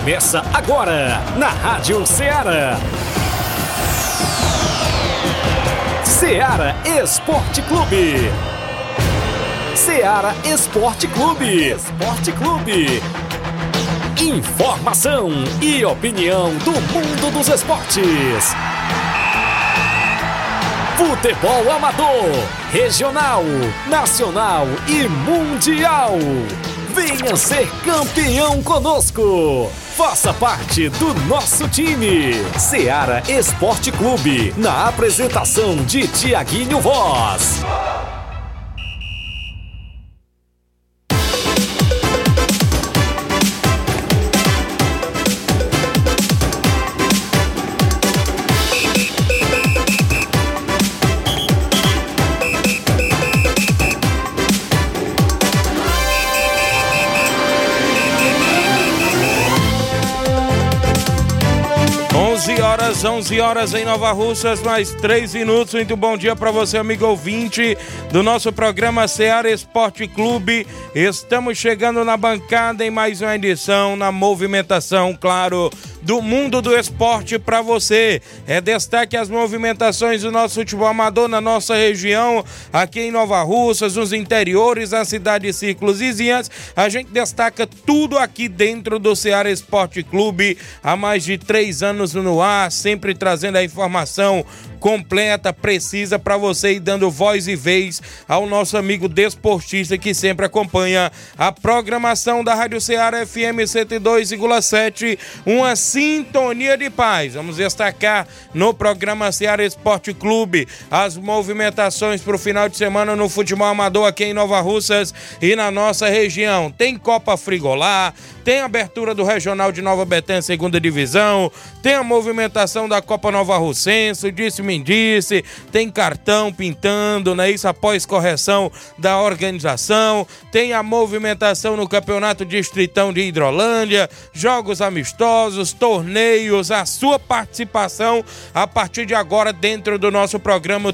Começa agora na Rádio Ceará. Ceará Esporte Clube. Ceará Esporte Clube. Esporte Clube. Informação e opinião do mundo dos esportes. Futebol amador, regional, nacional e mundial. Venha ser campeão conosco. Faça parte do nosso time. Ceará Esporte Clube, na apresentação de Tiaguinho Voz. Às 11 horas em Nova Russas, mais 3 minutos. Muito bom dia para você, amigo ouvinte do nosso programa Ceará Esporte Clube. Estamos chegando na bancada em mais uma edição, na movimentação, claro, do mundo do esporte para você. É destaque as movimentações do nosso futebol amador na nossa região, aqui em Nova Russas, nos interiores, na cidade de Círculos vizinhas. A gente destaca tudo aqui dentro do Ceará Esporte Clube, há mais de 3 anos no ar, sempre trazendo a informação completa, precisa para você e dando voz e vez ao nosso amigo desportista que sempre acompanha a programação da Rádio Ceará FM 102,7, uma sintonia de paz. Vamos destacar no programa Ceará Esporte Clube as movimentações para o final de semana no futebol amador aqui em Nova Russas e na nossa região. Tem Copa Frigolá, tem abertura do Regional de Nova Betânia, segunda divisão, tem a movimentação da Copa Nova Russense, disse-me disse, tem cartão pintando, né? Isso após correção da organização, tem a movimentação no Campeonato Distritão de Hidrolândia, jogos amistosos, torneios, a sua participação a partir de agora dentro do nosso programa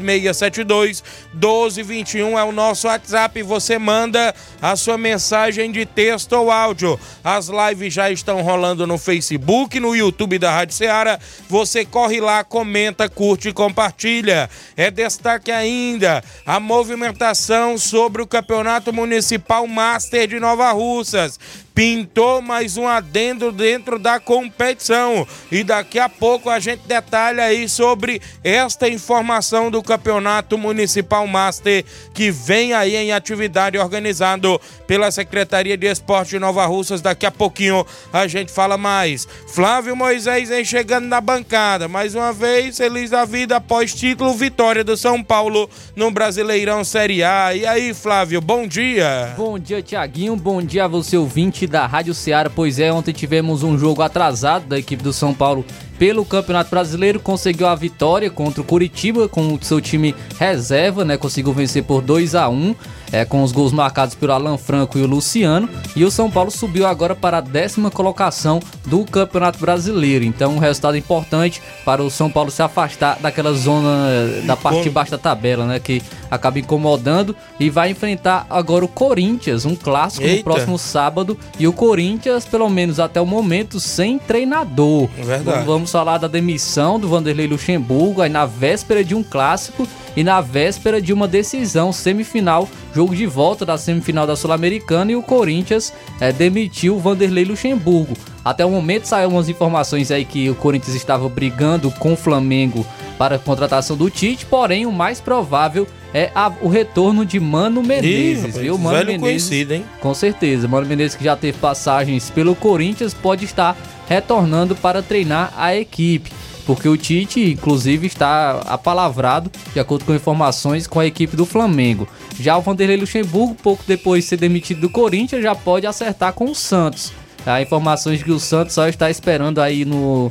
3672-1221 é o nosso WhatsApp, você manda a sua mensagem de texto ou áudio. As lives já estão rolando no Facebook, no YouTube da Rádio Ceará, você corre lá, comenta, curte e compartilha. É destaque ainda a movimentação sobre o Campeonato Municipal Master de Nova Russas. Pintou mais um adendo dentro da competição e daqui a pouco a gente detalha aí sobre esta informação do Campeonato Municipal Master que vem aí em atividade organizado pela Secretaria de Esporte de Nova Russas. Daqui a pouquinho a gente fala mais. Flávio Moisés vem chegando na bancada, mais uma vez feliz da vida após título, vitória do São Paulo no Brasileirão Série A. E aí, Flávio, bom dia. Bom dia, Tiaguinho, bom dia a você ouvinte da Rádio Ceará. Pois é, ontem tivemos um jogo atrasado da equipe do São Paulo pelo Campeonato Brasileiro, conseguiu a vitória contra o Curitiba com o seu time reserva, né? Conseguiu vencer por 2-1, com os gols marcados pelo Alan Franco e o Luciano, e o São Paulo subiu agora para a 10ª colocação do Campeonato Brasileiro. Então um resultado importante para o São Paulo se afastar daquela zona da parte de baixo da tabela, né? Que acaba incomodando, e vai enfrentar agora o Corinthians, um clássico no próximo sábado, e o Corinthians, pelo menos até o momento, sem treinador. Verdade. Vamos falar da demissão do Vanderlei Luxemburgo, aí na véspera de um clássico e na véspera de uma decisão semifinal, jogo de volta da semifinal da Sul-Americana, e o Corinthians demitiu o Vanderlei Luxemburgo. Até o momento saíram umas informações aí que o Corinthians estava brigando com o Flamengo para a contratação do Tite, porém o mais provável é o retorno de Mano Menezes, viu? Mano velho Menezes, conhecido, hein? Com certeza, Mano Menezes, que já teve passagens pelo Corinthians, pode estar retornando para treinar a equipe, porque o Tite, inclusive, está apalavrado, de acordo com informações, com a equipe do Flamengo. Já o Vanderlei Luxemburgo, pouco depois de ser demitido do Corinthians, já pode acertar com o Santos. Há informações de que o Santos só está esperando aí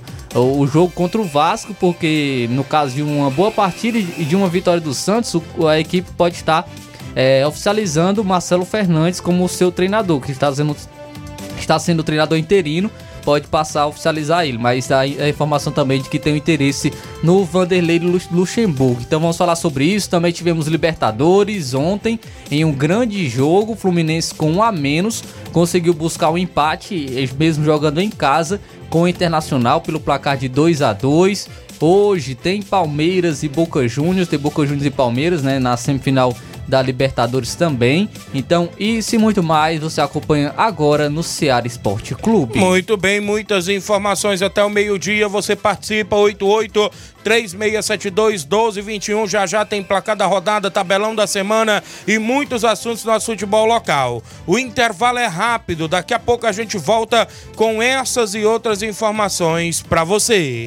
o jogo contra o Vasco, porque no caso de uma boa partida e de uma vitória do Santos, a equipe pode estar oficializando o Marcelo Fernandes como seu treinador, que está sendo treinador interino pode passar a oficializar ele, mas a informação também de que tem o interesse no Vanderlei Luxemburgo. Então vamos falar sobre isso. Também tivemos Libertadores ontem, em um grande jogo, o Fluminense com 1 a menos, conseguiu buscar um empate, mesmo jogando em casa, com o Internacional pelo placar de 2 a 2. Hoje tem Palmeiras e Boca Juniors, tem Boca Juniors e Palmeiras, né, na semifinal da Libertadores também. Então, isso e muito mais você acompanha agora no Ceará Esporte Clube. Muito bem, muitas informações até o meio-dia. Você participa, 88-3672-1221. Já tem placar da rodada, tabelão da semana e muitos assuntos do nosso futebol local. O intervalo é rápido, daqui a pouco a gente volta com essas e outras informações para você.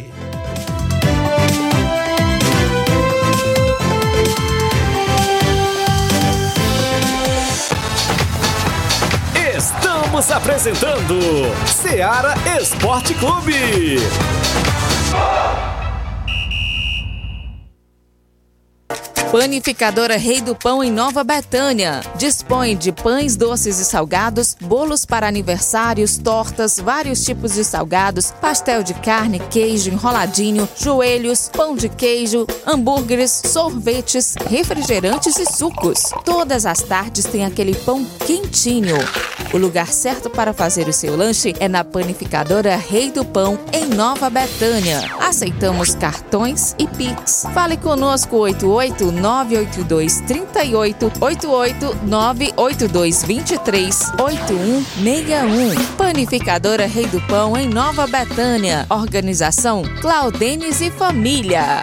Estamos apresentando Ceará Esporte Clube. Panificadora Rei do Pão em Nova Betânia. Dispõe de pães doces e salgados, bolos para aniversários, tortas, vários tipos de salgados, pastel de carne, queijo, enroladinho, joelhos, pão de queijo, hambúrgueres, sorvetes, refrigerantes e sucos. Todas as tardes tem aquele pão quentinho. O lugar certo para fazer o seu lanche é na Panificadora Rei do Pão em Nova Betânia. Aceitamos cartões e Pix. Fale conosco 88-982-38, 88-982-23-8161. Panificadora Rei do Pão em Nova Betânia. Organização Claudenes e Família.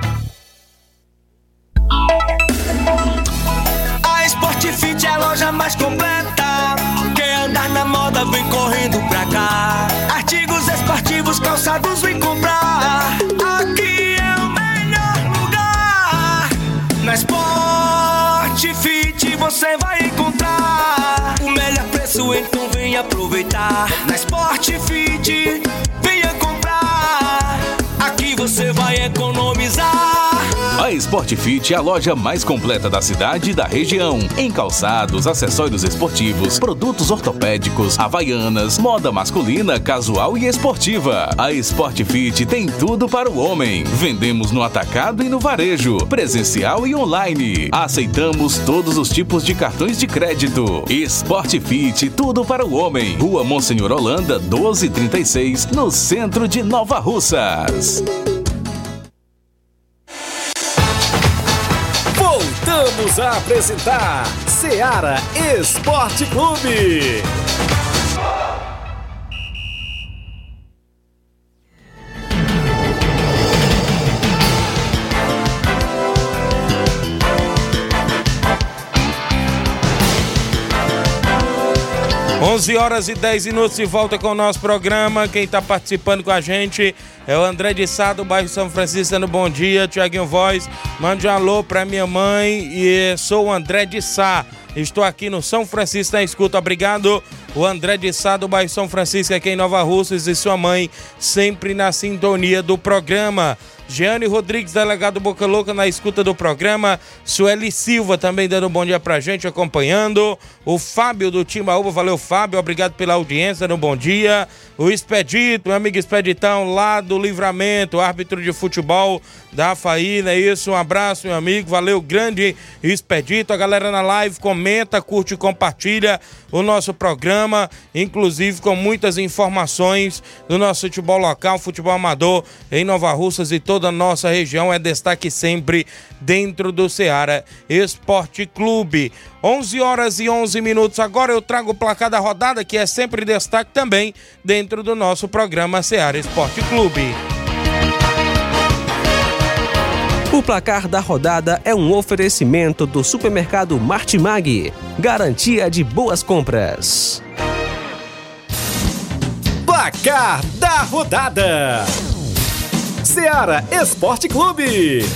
A Sportfit é a loja mais completa. Quer andar na moda, vem correndo pra cá. Artigos esportivos, calçados, vem comprar. Aqui é o melhor lugar. Na Sportfit você vai encontrar o melhor preço, então vem aproveitar. Na Sportfit, venha comprar. Aqui você vai economizar. A Sportfit é a loja mais completa da cidade e da região. Em calçados, acessórios esportivos, produtos ortopédicos, havaianas, moda masculina, casual e esportiva. A Sportfit tem tudo para o homem. Vendemos no atacado e no varejo, presencial e online. Aceitamos todos os tipos de cartões de crédito. Sportfit, tudo para o homem. Rua Monsenhor Holanda, 1236, no centro de Nova Russas. Voltamos a apresentar Ceará Esporte Clube. 11h10 de volta com o nosso programa. Quem está participando com a gente é o André de Sá, do bairro São Francisco, dando bom dia. Tiaguinho Voz, mande um alô para minha mãe e sou o André de Sá. Estou aqui no São Francisco na escuta, obrigado. O André de Sá, do bairro São Francisco, aqui em Nova Russas, e sua mãe sempre na sintonia do programa. Jeane Rodrigues, delegado Boca Louca, na escuta do programa. Sueli Silva também dando um bom dia pra gente, acompanhando. O Fábio do Timbaúba, valeu Fábio, obrigado pela audiência, dando um bom dia. O Expedito, meu amigo Expeditão, lá do Livramento, árbitro de futebol da Afaí, não é isso? Um abraço, meu amigo, valeu, grande Expedito. A galera na live comenta, curte e compartilha o nosso programa, inclusive com muitas informações do nosso futebol local, futebol amador em Nova Russas e toda a nossa região. É destaque sempre dentro do Ceará Esporte Clube. 11h11. Agora eu trago o placar da rodada, que é sempre destaque também dentro do nosso programa Ceará Esporte Clube. O placar da rodada é um oferecimento do supermercado Martimag. Garantia de boas compras. Placar da rodada: Ceará Esporte Clube.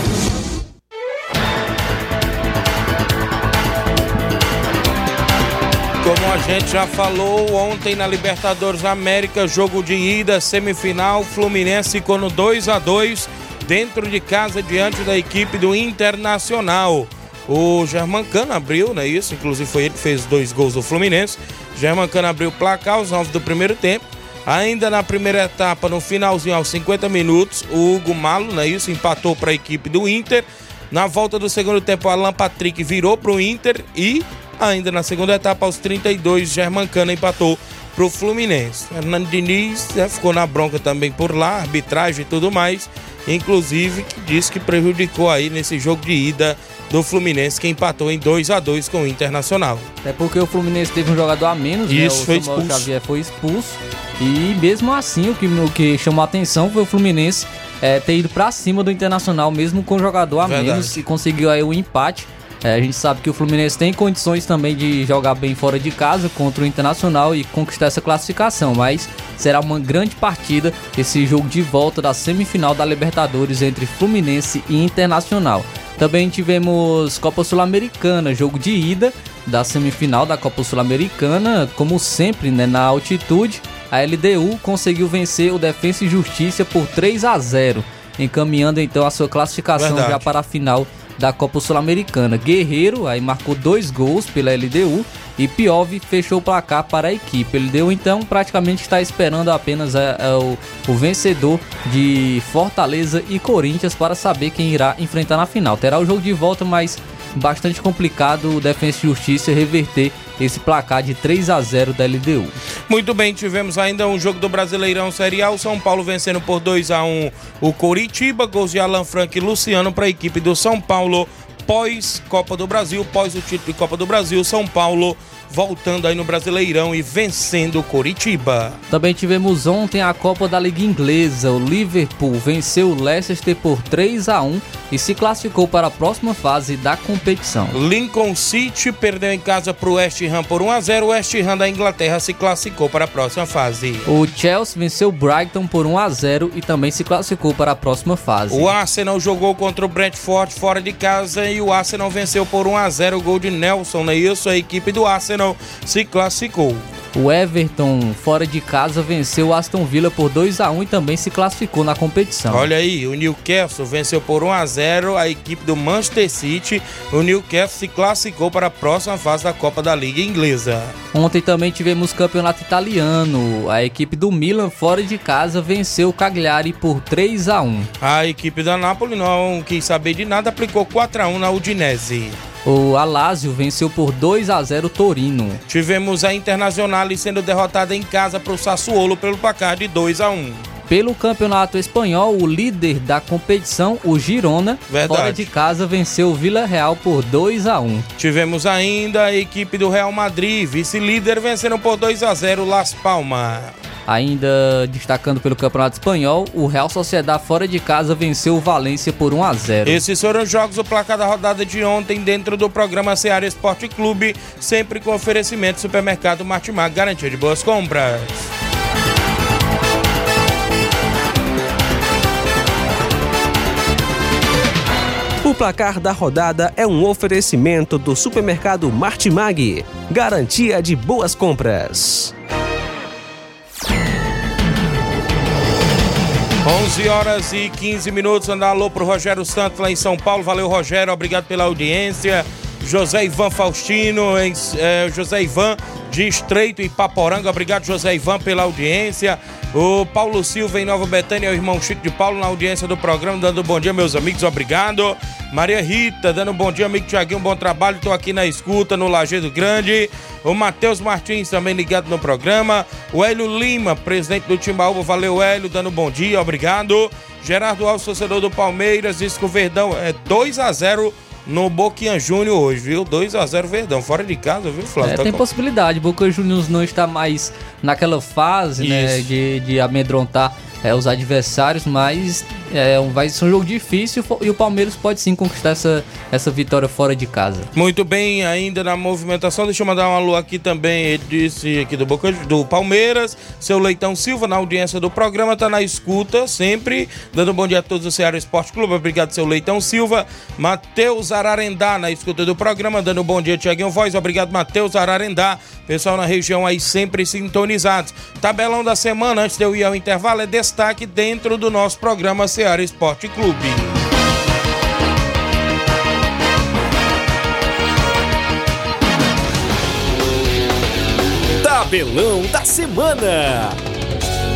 Como a gente já falou ontem na Libertadores América, jogo de ida, semifinal, Fluminense ficou no 2-2 dentro de casa diante da equipe do Internacional. O Germancano abriu, não é isso? Inclusive foi ele que fez 2 gols do Fluminense. Germancano abriu o placar aos 9 do primeiro tempo. Ainda na primeira etapa, no finalzinho, aos 50 minutos, o Hugo Malo, né, isso, empatou para a equipe do Inter. Na volta do segundo tempo, o Alan Patrick virou para o Inter e ainda na segunda etapa, aos 32, Germancano empatou para o Fluminense. Fernando Diniz ficou na bronca também por lá, arbitragem e tudo mais, inclusive que disse que prejudicou aí nesse jogo de ida do Fluminense, que empatou em 2-2 com o Internacional. É porque o Fluminense teve um jogador a menos, isso, né? O Samuel Xavier foi expulso e mesmo assim o que chamou a atenção foi o Fluminense ter ido pra cima do Internacional, mesmo com o jogador a menos, e conseguiu aí o empate. A gente sabe que o Fluminense tem condições também de jogar bem fora de casa contra o Internacional e conquistar essa classificação, mas será uma grande partida esse jogo de volta da semifinal da Libertadores entre Fluminense e Internacional. Também tivemos Copa Sul-Americana, jogo de ida da semifinal da Copa Sul-Americana, como sempre, né, na altitude. A LDU conseguiu vencer o Defensa e Justiça por 3-0, encaminhando então a sua classificação já para a final da Copa Sul-Americana. Guerreiro aí marcou 2 gols pela LDU e Piove fechou o placar para a equipe. LDU então praticamente está esperando apenas o vencedor de Fortaleza e Corinthians para saber quem irá enfrentar na final. Terá o jogo de volta, mas bastante complicado o Defensa e Justiça reverter esse placar de 3-0 da LDU. Muito bem, tivemos ainda um jogo do Brasileirão Série A, o São Paulo vencendo por 2-1 o Coritiba, gols de Alan Franco e Luciano para a equipe do São Paulo, pós Copa do Brasil, pós o título de Copa do Brasil, São Paulo voltando aí no Brasileirão e vencendo o Coritiba. Também tivemos ontem a Copa da Liga Inglesa. O Liverpool venceu o Leicester por 3-1 e se classificou para a próxima fase da competição. Lincoln City perdeu em casa para o West Ham por 1-0. O West Ham da Inglaterra se classificou para a próxima fase. O Chelsea venceu o Brighton por 1-0 e também se classificou para a próxima fase. O Arsenal jogou contra o Brentford fora de casa e o Arsenal venceu por 1-0. O gol de Nelson, não é isso? A equipe do Arsenal se classificou. O Everton, fora de casa, venceu o Aston Villa por 2-1 e também se classificou na competição. Olha aí, o Newcastle venceu por 1-0 a equipe do Manchester City. O Newcastle se classificou para a próxima fase da Copa da Liga Inglesa. Ontem também tivemos campeonato italiano. A equipe do Milan, fora de casa, venceu o Cagliari por 3-1. A equipe da Napoli não quis saber de nada, aplicou 4-1 na Udinese. O Lazio venceu por 2-0 o Torino. Tivemos a Internazionale sendo derrotada em casa para o Sassuolo pelo placar de 2-1. Pelo campeonato espanhol, o líder da competição, o Girona, fora de casa, venceu o Villarreal por 2-1. Tivemos ainda a equipe do Real Madrid, vice-líder, vencendo por 2-0 Las Palmas. Ainda destacando pelo Campeonato Espanhol, o Real Sociedad fora de casa venceu o Valência por 1-0. Esses foram os jogos do placar da rodada de ontem dentro do programa Seara Esporte Clube, sempre com oferecimento Supermercado Martimag, garantia de boas compras. O placar da rodada é um oferecimento do Supermercado Martimag, garantia de boas compras. 11h15, mandar alô pro Rogério Santos lá em São Paulo. Valeu, Rogério, obrigado pela audiência. José Ivan Faustino, José Ivan de Estreito e Paporanga, obrigado, José Ivan, pela audiência. O Paulo Silva em Nova Betânia, o irmão Chico de Paulo na audiência do programa, dando bom dia, meus amigos, obrigado. Maria Rita, dando bom dia, amigo Tiaguinho, bom trabalho, tô aqui na escuta, no Lajeado Grande. O Matheus Martins também ligado no programa. O Hélio Lima, presidente do Timbaúba, valeu, Hélio, dando bom dia, obrigado. Gerardo Alves, torcedor do Palmeiras, diz que o Verdão é 2-0 no Boquinha Júnior hoje, viu? 2-0 Verdão, fora de casa, viu, Flávio? Tem possibilidade, Boca Juniors não está mais naquela fase, né, de amedrontar os adversários, mas vai ser um jogo difícil e o Palmeiras pode sim conquistar essa vitória fora de casa. Muito bem, ainda na movimentação, deixa eu mandar um alô aqui também, ele disse aqui do Palmeiras, seu Leitão Silva, na audiência do programa, tá na escuta sempre, dando um bom dia a todos do Ceará Esporte Clube, obrigado, seu Leitão Silva. Matheus Ararendá, na escuta do programa, dando um bom dia, Tiaguinho Voz, obrigado, Matheus Ararendá, pessoal na região aí sempre sintonizados. Tabelão da semana, antes de eu ir ao intervalo, é destaque dentro do nosso programa Ceará Esporte Clube. Tabelão da semana.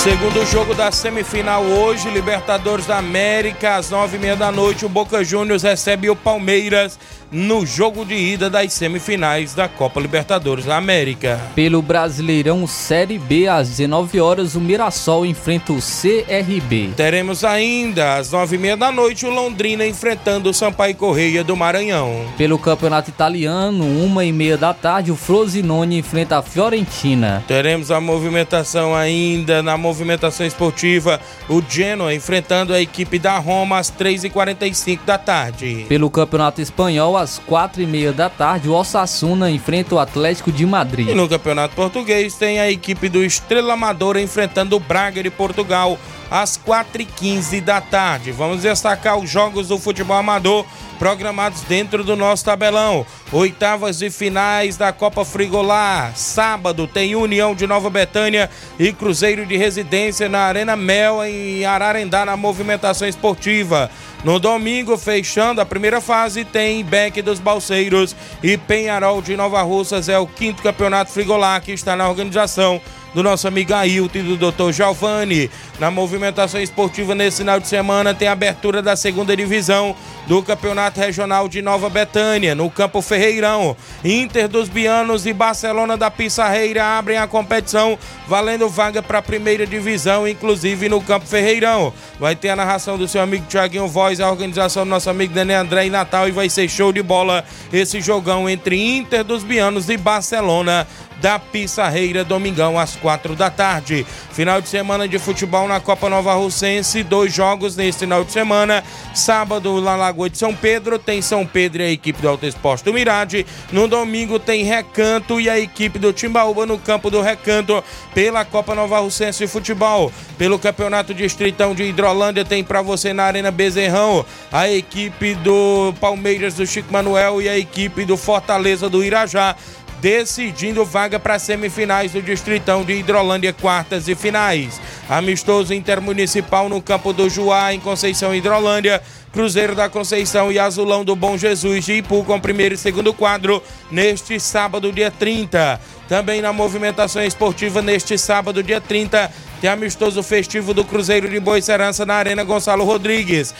Segundo jogo da semifinal hoje, Libertadores da América, às 9h30 da noite, o Boca Juniors recebe o Palmeiras no jogo de ida das semifinais da Copa Libertadores da América. Pelo Brasileirão Série B, às 19 horas, o Mirassol enfrenta o CRB. Teremos ainda, às 9h30 da noite, o Londrina enfrentando o Sampaio Corrêa do Maranhão. Pelo Campeonato Italiano, 1h30 da tarde, o Frosinone enfrenta a Fiorentina. Teremos a movimentação ainda, na movimentação esportiva, o Genoa enfrentando a equipe da Roma às 3h45 da tarde. Pelo Campeonato Espanhol, às 4h30 da tarde, o Osasuna enfrenta o Atlético de Madrid. E no Campeonato Português tem a equipe do Estrela Amadora enfrentando o Braga de Portugal às 4h15 da tarde. Vamos destacar os jogos do futebol amador programados dentro do nosso tabelão. Oitavas de finais da Copa Frigolá. Sábado tem União de Nova Betânia e Cruzeiro de Residência na Arena Mel, em Ararendá, na movimentação esportiva. No domingo, fechando a primeira fase, tem Beck dos Balseiros e Penharol de Nova Russas. É o 5º campeonato Frigolá que está na organização do nosso amigo Ailton e do Dr. Giovanni. Na movimentação esportiva nesse final de semana tem a abertura da 2ª divisão do Campeonato Regional de Nova Betânia, no Campo Ferreirão. Inter dos Bianos e Barcelona da Pissarreira abrem a competição, valendo vaga para a 1ª divisão, inclusive no Campo Ferreirão. Vai ter a narração do seu amigo Thiaguinho Voz, a organização do nosso amigo Daniel André e Natal, e vai ser show de bola esse jogão entre Inter dos Bianos e Barcelona da Pissarreira, domingão às 4 da tarde. Final de semana de futebol na Copa Nova Russense, 2 jogos nesse final de semana. Sábado, na Lagoa de São Pedro, tem São Pedro e a equipe do Alto Esporte do Mirade. No domingo tem Recanto e a equipe do Timbaúba no campo do Recanto pela Copa Nova Russense de futebol. Pelo Campeonato Distritão de Hidrolândia tem para você na Arena Bezerrão a equipe do Palmeiras do Chico Manuel e a equipe do Fortaleza do Irajá, decidindo vaga para semifinais do Distritão de Hidrolândia, quartas e finais. Amistoso intermunicipal no campo do Juá, em Conceição, Hidrolândia. Cruzeiro da Conceição e Azulão do Bom Jesus de Ipu com 1º e 2º quadro neste sábado, dia 30. Também na movimentação esportiva neste sábado, dia 30, tem amistoso festivo do Cruzeiro de Boicerança na Arena Gonçalo Rodrigues.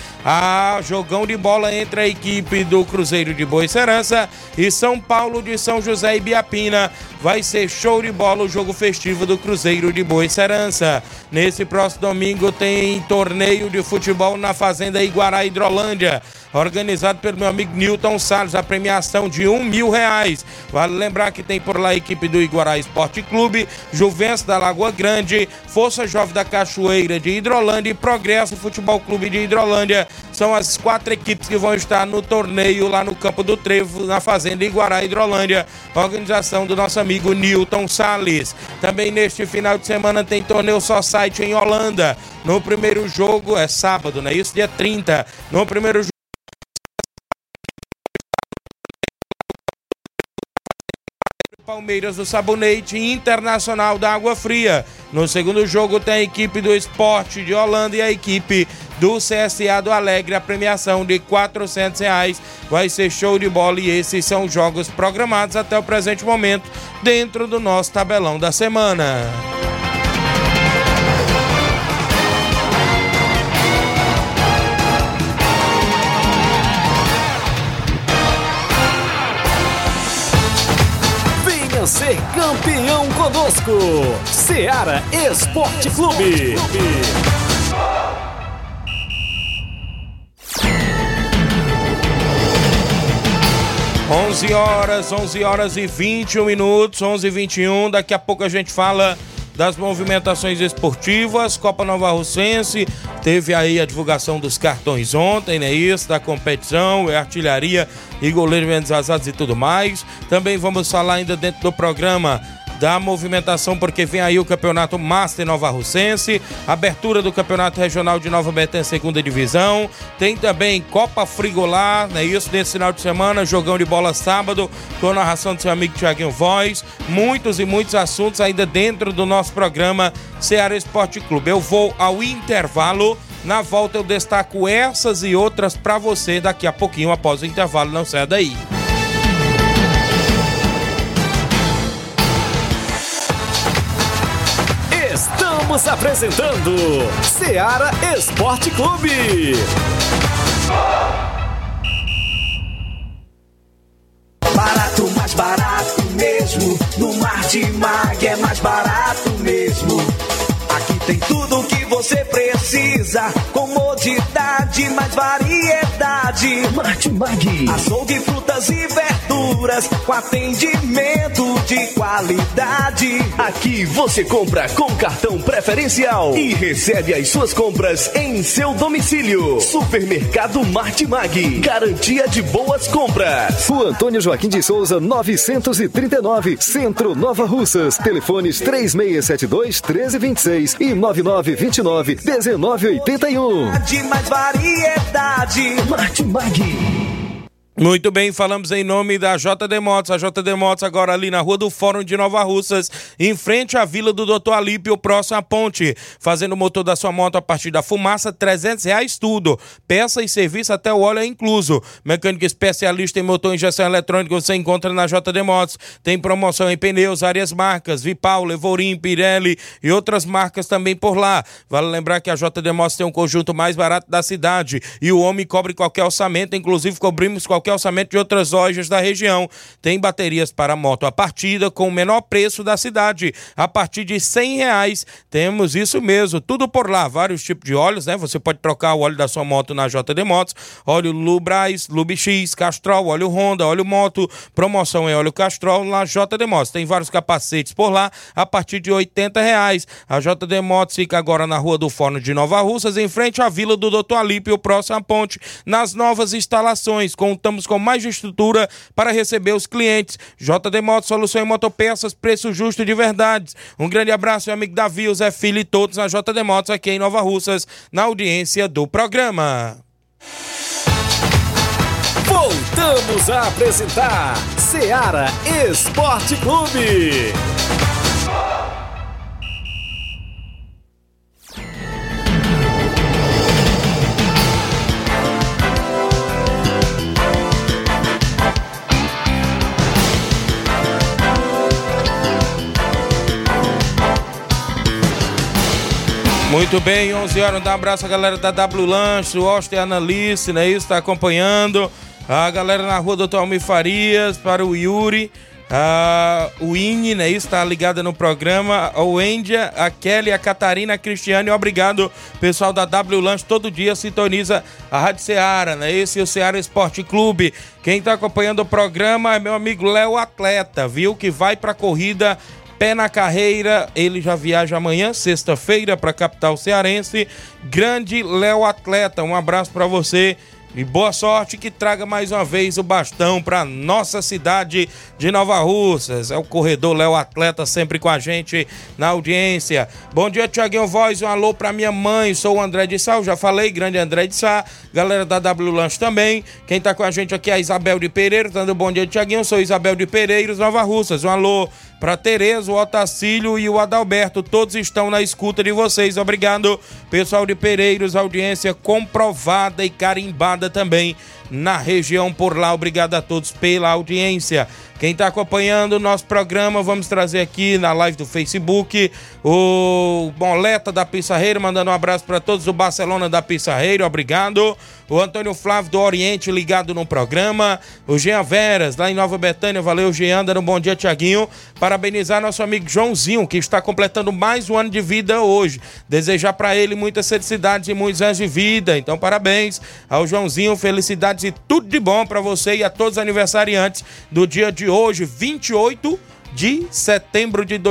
Jogão de bola entre a equipe do Cruzeiro de Boicerança e São Paulo de São José e Biapina. Vai ser show de bola o jogo festivo do Cruzeiro de Boicerança. Nesse próximo domingo tem torneio de futebol na Fazenda Iguará, Hidrolândia, organizado pelo meu amigo Newton Salles, a premiação de R$1.000. Vale lembrar que tem por lá a equipe do Iguará Esporte Clube, Juventus da Lagoa Grande, Força Jovem da Cachoeira de Hidrolândia e Progresso Futebol Clube de Hidrolândia. São as 4 equipes que vão estar no torneio lá no Campo do Trevo, na Fazenda Iguará, Hidrolândia, organização do nosso amigo Newton Salles. Também neste final de semana tem torneio Society em Holanda. No primeiro jogo, é sábado, né? Isso, dia 30. No primeiro jogo, Palmeiras do Sabonete e Internacional da Água Fria. No segundo jogo tem a equipe do Esporte de Holanda e a equipe do CSA do Alegre, a premiação de R$400. Vai ser show de bola e esses são jogos programados até o presente momento dentro do nosso tabelão da semana. Ser campeão conosco, Seara Esporte Clube. 11 horas e 21 minutos, 11h21. Daqui a pouco a gente fala das movimentações esportivas. Copa Nova Russense, teve aí a divulgação dos cartões ontem, né? Isso, da competição, artilharia e goleiro menos azados e tudo mais. Também vamos falar ainda dentro do programa da movimentação, porque vem aí o Campeonato Master Nova Russense, abertura do Campeonato Regional de Nova Betânia, 2ª Divisão. Tem também Copa Frigolá, né? Isso, nesse final de semana, jogão de bola sábado, com a narração do seu amigo Thiaguinho Voz. Muitos e muitos assuntos ainda dentro do nosso programa Seara Esporte Clube. Eu vou ao intervalo. Na volta eu destaco essas e outras para você daqui a pouquinho, após o intervalo. Não saia daí. Estamos Estamos apresentando Seara Esporte Clube. Barato, mais barato mesmo. No Martimag é mais barato mesmo. Aqui tem tudo o que você precisa. Comodidade, mais variedade. Martimag. Açougue, frutas e verduras com atendimento de qualidade. Aqui você compra com cartão preferencial e recebe as suas compras em seu domicílio. Supermercado Martimag. Garantia de boas compras. Rua Antônio Joaquim de Souza, 939, Centro, Nova Russas. Telefones 3672-1326 e 9929-1981. De mais variedade. Martimag. Muito bem, falamos em nome da JD Motos. A JD Motos agora ali na Rua do Fórum de Nova Russas, em frente à Vila do Dr. Alípio, próximo à ponte. Fazendo o motor da sua moto a partir da fumaça, R$300 tudo. Peça e serviço até o óleo é incluso. Mecânico especialista em motor e injeção eletrônica você encontra na JD Motos. Tem promoção em pneus, várias marcas, Vipau, Levorim, Pirelli e outras marcas também por lá. Vale lembrar que a JD Motos tem um conjunto mais barato da cidade e o homem cobre qualquer orçamento, inclusive cobrimos qualquer orçamento de outras lojas da região. Tem baterias para moto a partida com o menor preço da cidade, a partir de R$100. Temos isso mesmo, tudo por lá, vários tipos de óleos, né? Você pode trocar o óleo da sua moto na JD Motos, óleo Lubrais, Lubix, Castrol, óleo Honda, óleo Moto, promoção em óleo Castrol na JD Motos. Tem vários capacetes por lá, a partir de R$80. A JD Motos fica agora na Rua do Fórum de Nova Russas, em frente à Vila do Dr. Alípio, próximo à ponte, nas novas instalações. Contamos com mais estrutura para receber os clientes. JD Motos, solução em motopeças, preço justo de verdade. Um grande abraço, meu amigo Davi, o Zé Filho e todos na JD Motos aqui em Nova Russas, na audiência do programa. Voltamos a apresentar Seara Esporte Clube. Muito bem, 11 horas, dá um abraço à galera da W Lanche, o Oster Analice, né, isso, tá acompanhando, a galera na Rua Doutor Almir Farias, para o Yuri, o Ine, né, isso, tá ligada no programa, o Endia, a Kelly, a Catarina, a Cristiane, obrigado, pessoal da W Lanche, todo dia sintoniza a Rádio Seara, né, esse é o Seara Esporte Clube. Quem tá acompanhando o programa é meu amigo Léo Atleta, viu, que vai pra corrida Pé na Carreira, ele já viaja amanhã, sexta-feira, para a capital cearense. Grande Léo Atleta, um abraço para você e boa sorte, que traga mais uma vez o bastão para nossa cidade de Nova Russas. É o corredor Léo Atleta sempre com a gente na audiência. Bom dia, Tiaguinho Voz, um alô para minha mãe, sou o André de Sá, já falei, grande André de Sá, galera da W Lanche também. Quem tá com a gente aqui é a Isabel de Pereira, dando bom dia, Tiaguinho, sou Isabel de Pereiros, Nova Russas. Um alô para Tereza, o Otacílio e o Adalberto, todos estão na escuta de vocês. Obrigado, pessoal de Pereiros, audiência comprovada e carimbada também na região por lá. Obrigado a todos pela audiência. Quem está acompanhando o nosso programa, vamos trazer aqui na live do Facebook o Boleta da Pissarreira, mandando um abraço para todos do Barcelona da Pissarreira, obrigado. O Antônio Flávio do Oriente ligado no programa, o Jean Veras lá em Nova Betânia, valeu Jean, dando um bom dia, Tiaguinho. Parabenizar nosso amigo Joãozinho, que está completando mais um ano de vida hoje, desejar para ele muitas felicidades e muitos anos de vida. Então parabéns ao Joãozinho, felicidades e tudo de bom para você e a todos os aniversariantes do dia de hoje, 28 de setembro de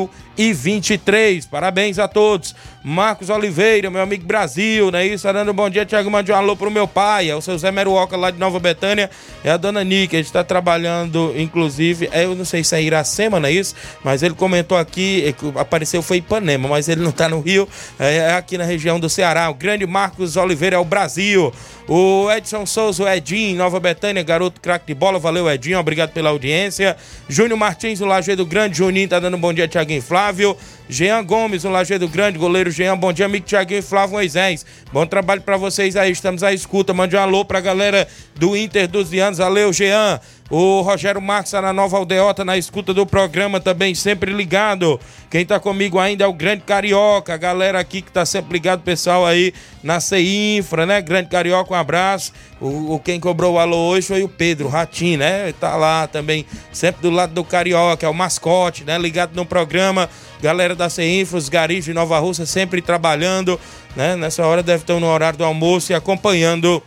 2023. Parabéns a todos. Marcos Oliveira, meu amigo Brasil, né? Isso, tá dando um bom dia, Tiago, mande um alô pro meu pai, é o seu Zé Meruoca lá de Nova Betânia, é a dona Nica, a gente tá trabalhando, inclusive, eu não sei se é Iracema, não é isso? Mas ele comentou aqui, apareceu foi Ipanema, mas ele não tá no Rio, é aqui na região do Ceará. O grande Marcos Oliveira é o Brasil. O Edson Souza, o Edinho, Nova Betânia, garoto craque de bola, valeu Edinho, obrigado pela audiência. Júnior Martins, o Lajeado Grande, Juninho tá dando um bom dia, Tiaguinho Flávio. Jean Gomes, no Lajeado Grande, goleiro Jean, bom dia, amigo Thiaguinho e Flávio Moisés, bom trabalho pra vocês aí, estamos à escuta, mande um alô pra galera do Inter dos Vianos, valeu Jean. O Rogério Marques na Nova Aldeota, na escuta do programa também, sempre ligado. Quem tá comigo ainda é o Grande Carioca, a galera aqui que tá sempre ligado, pessoal aí na CINFRA, né? Grande Carioca, um abraço. Quem cobrou o alô hoje foi o Pedro Ratinho, né? Tá lá também, sempre do lado do Carioca, é o mascote, né? Ligado no programa. Galera da CINFRA, os garis de Nova Rússia sempre trabalhando, né? Nessa hora deve estar no horário do almoço e acompanhando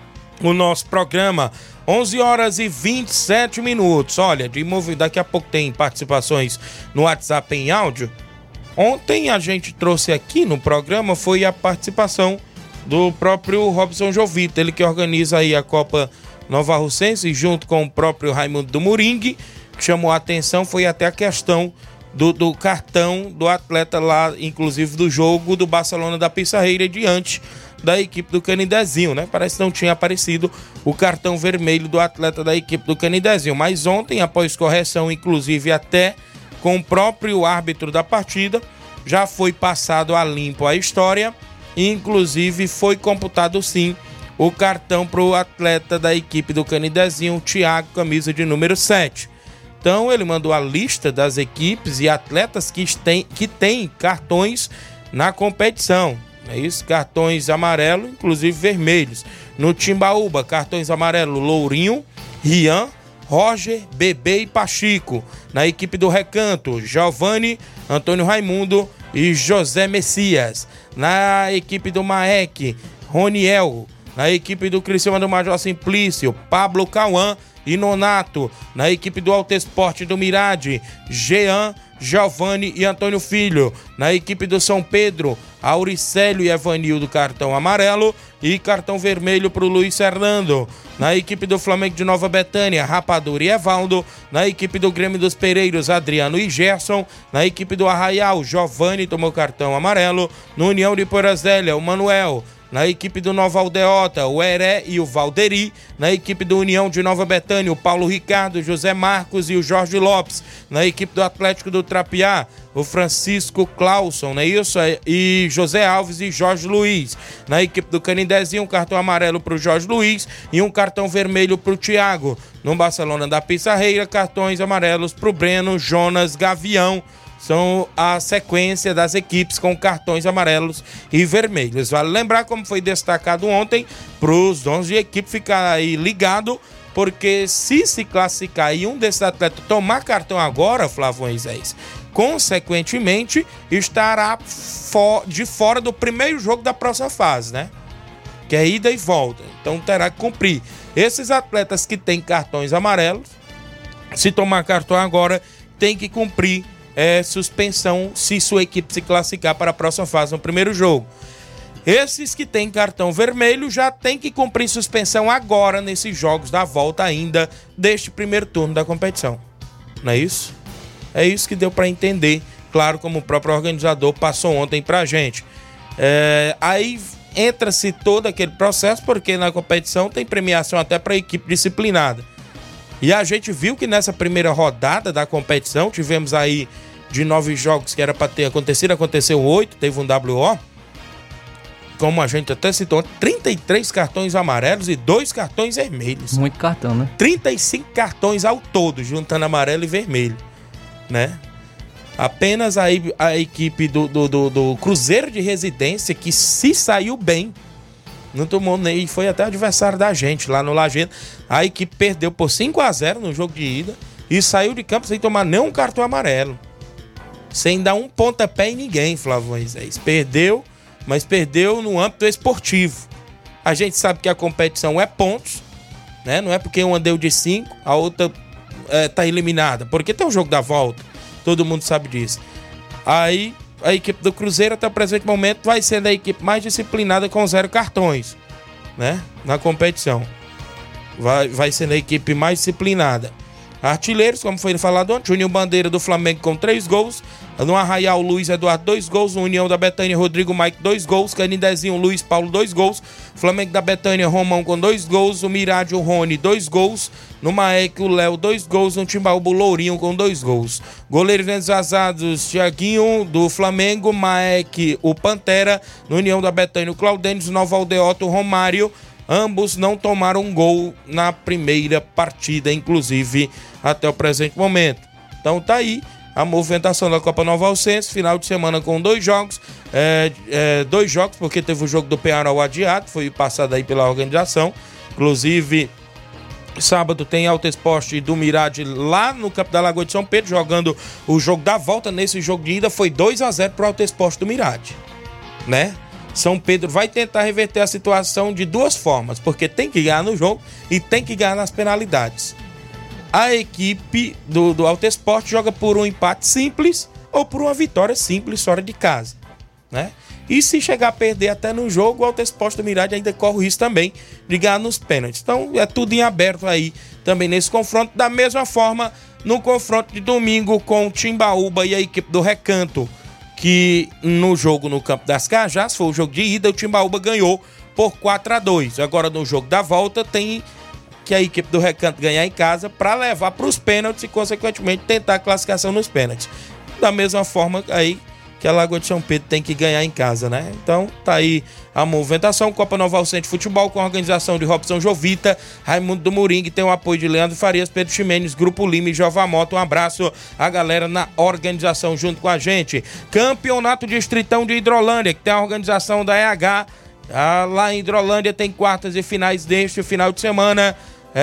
o nosso programa. 11 horas e 27 minutos. Olha, daqui a pouco tem participações no WhatsApp em áudio. Ontem a gente trouxe aqui no programa foi a participação do próprio Robson Jovito, ele que organiza aí a Copa Nova Russense junto com o próprio Raimundo do Moringue. Que chamou a atenção foi até a questão do cartão do atleta lá, inclusive do jogo do Barcelona da Pissarreira diante da equipe do Canidezinho, né? Parece que não tinha aparecido o cartão vermelho do atleta da equipe do Canidezinho, mas ontem, após correção, inclusive até com o próprio árbitro da partida, já foi passado a limpo a história e inclusive foi computado sim o cartão para o atleta da equipe do Canidezinho, Thiago, camisa de número 7. Então ele mandou a lista das equipes e atletas que têm cartões na competição. É isso, cartões amarelos, inclusive vermelhos. No Timbaúba, cartões amarelos, Lourinho, Rian, Roger, Bebê e Pachico. Na equipe do Recanto, Giovanni, Antônio Raimundo e José Messias. Na equipe do Maek, Roniel. Na equipe do Criciúma do Major Simplício, Pablo Cauã e Nonato. Na equipe do Alto Esporte do Mirade, Jean, Giovanni e Antônio Filho. Na equipe do São Pedro, Auricélio e Evanildo, cartão amarelo e cartão vermelho para o Luiz Fernando. Na equipe do Flamengo de Nova Betânia, Rapadura e Evaldo. Na equipe do Grêmio dos Pereiros, Adriano e Gerson. Na equipe do Arraial, Giovanni tomou cartão amarelo. No União de Porazélia, o Manuel. Na equipe do Nova Aldeota, o Heré e o Valderi. Na equipe do União de Nova Betânia, o Paulo Ricardo, o José Marcos e o Jorge Lopes. Na equipe do Atlético do Trapiá, o Francisco Clauson, não é isso? E José Alves e Jorge Luiz. Na equipe do Canidezinho, um cartão amarelo para o Jorge Luiz e um cartão vermelho para o Thiago. No Barcelona da Pissarreira, cartões amarelos para o Breno, Jonas, Gavião. São a sequência das equipes com cartões amarelos e vermelhos. Vale lembrar, como foi destacado ontem, para os donos de equipe ficar aí ligado, porque se classificar e um desses atletas tomar cartão agora, Flávio Moisés, consequentemente estará de fora do primeiro jogo da próxima fase, né? Que é ida e volta. Então terá que cumprir. Esses atletas que têm cartões amarelos, se tomar cartão agora, tem que cumprir suspensão se sua equipe se classificar para a próxima fase no primeiro jogo. Esses que têm cartão vermelho já tem que cumprir suspensão agora nesses jogos da volta ainda deste primeiro turno da competição. Não é isso? É isso que deu para entender, claro, como o próprio organizador passou ontem pra gente. Aí entra-se todo aquele processo, porque na competição tem premiação até para a equipe disciplinada. E a gente viu que nessa primeira rodada da competição, tivemos aí de 9 jogos que era para ter acontecido, aconteceu 8, teve um WO. Como a gente até citou, 33 cartões amarelos e 2 cartões vermelhos. Muito cartão, né? 35 cartões ao todo, juntando amarelo e vermelho, né? Apenas aí a equipe do Cruzeiro de Residência, que se saiu bem, não tomou nem, foi até adversário da gente lá no Lajeado. A equipe perdeu por 5-0 no jogo de ida e saiu de campo sem tomar nenhum cartão amarelo, sem dar um pontapé em ninguém, Flávio Moisés. Perdeu, mas perdeu no âmbito esportivo. A gente sabe que a competição é pontos, né? Não é porque uma deu de 5, a outra tá eliminada, porque tem o jogo da volta, todo mundo sabe disso. Aí a equipe do Cruzeiro, até o presente momento, vai sendo a equipe mais disciplinada com 0 cartões, né? Na competição. Vai sendo a equipe mais disciplinada. artilheiros, como foi falado ontem, Juninho Bandeira do Flamengo com 3 gols, no Arraial Luiz Eduardo 2 gols, no União da Betânia Rodrigo Mike 2 gols, Canindezinho Luiz Paulo 2 gols, Flamengo da Betânia Romão com 2 gols, o Mirádio Rony 2 gols, no Maek o Léo 2 gols, no Timbaúba o Lourinho com 2 gols. Goleiros vazados, Thiaguinho do Flamengo, Maek o Pantera, no União da Betânia o Claudênis, Nova Aldeota o Romário. Ambos não tomaram gol na primeira partida, inclusive até o presente momento. Então tá aí a movimentação da Copa Nova Alcense, final de semana com 2 jogos. 2 jogos, porque teve o jogo do Penharol adiado, foi passado aí pela organização. Inclusive, sábado tem Alto Esporte do Mirade lá no campo da Lagoa de São Pedro, jogando o jogo da volta. Nesse jogo de ida foi 2-0 pro Alto Esporte do Mirade, né? São Pedro vai tentar reverter a situação de 2 formas, porque tem que ganhar no jogo e tem que ganhar nas penalidades. A equipe do Alto Esporte joga por um empate simples ou por uma vitória simples fora de casa, né? E se chegar a perder até no jogo, o Alto Esporte do Mirade ainda corre o risco também de ganhar nos pênaltis. Então é tudo em aberto aí também nesse confronto. Da mesma forma, no confronto de domingo com o Timbaúba e a equipe do Recanto, que no jogo no Campo das Cajás, foi o jogo de ida, o Timbaúba ganhou por 4-2. Agora no jogo da volta tem que a equipe do Recanto ganhar em casa para levar para os pênaltis e consequentemente tentar a classificação nos pênaltis. Da mesma forma aí que a Lagoa de São Pedro tem que ganhar em casa, né? Então tá aí a movimentação. Copa Nova Alcense Futebol com a organização de Robson Jovita, Raimundo do Moringue, tem o apoio de Leandro Farias, Pedro Ximenes, Grupo Lima e Jova Moto. Um abraço a galera na organização junto com a gente. Campeonato Distritão de Hidrolândia, que tem a organização da EH. Lá em Hidrolândia tem quartas e finais deste final de semana.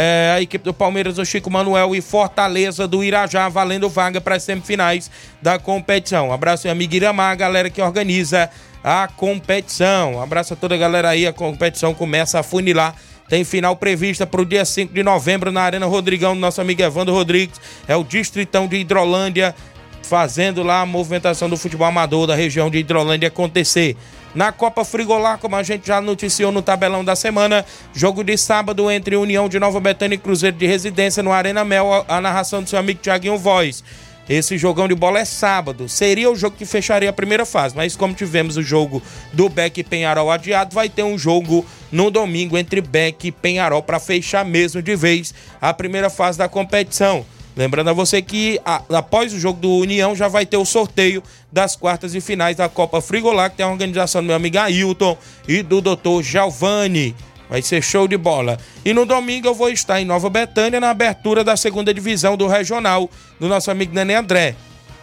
A equipe do Palmeiras, o Chico Manuel e Fortaleza do Irajá, valendo vaga para as semifinais da competição. Um abraço ao amigo Iramar, a galera que organiza a competição. Um abraço a toda a galera aí, a competição começa a funilar. Tem final prevista para o dia 5 de novembro na Arena Rodrigão, do nosso amigo Evandro Rodrigues. É o Distritão de Hidrolândia, fazendo lá a movimentação do futebol amador da região de Hidrolândia acontecer. Na Copa Frigolar, como a gente já noticiou no tabelão da semana, jogo de sábado entre União de Nova Betânia e Cruzeiro de Residência no Arena Mel, a narração do seu amigo Thiaguinho Voz. Esse jogão de bola é sábado, seria o jogo que fecharia a primeira fase, mas como tivemos o jogo do Beck e Penharol adiado, vai ter um jogo no domingo entre Beck e Penharol para fechar mesmo de vez a primeira fase da competição. Lembrando a você que após o jogo do União já vai ter o sorteio das quartas e finais da Copa Frigolar, que tem a organização do meu amigo Ailton e do Dr. Giovanni. Vai ser show de bola. E no domingo eu vou estar em Nova Betânia na abertura da segunda divisão do Regional do nosso amigo Nenê André.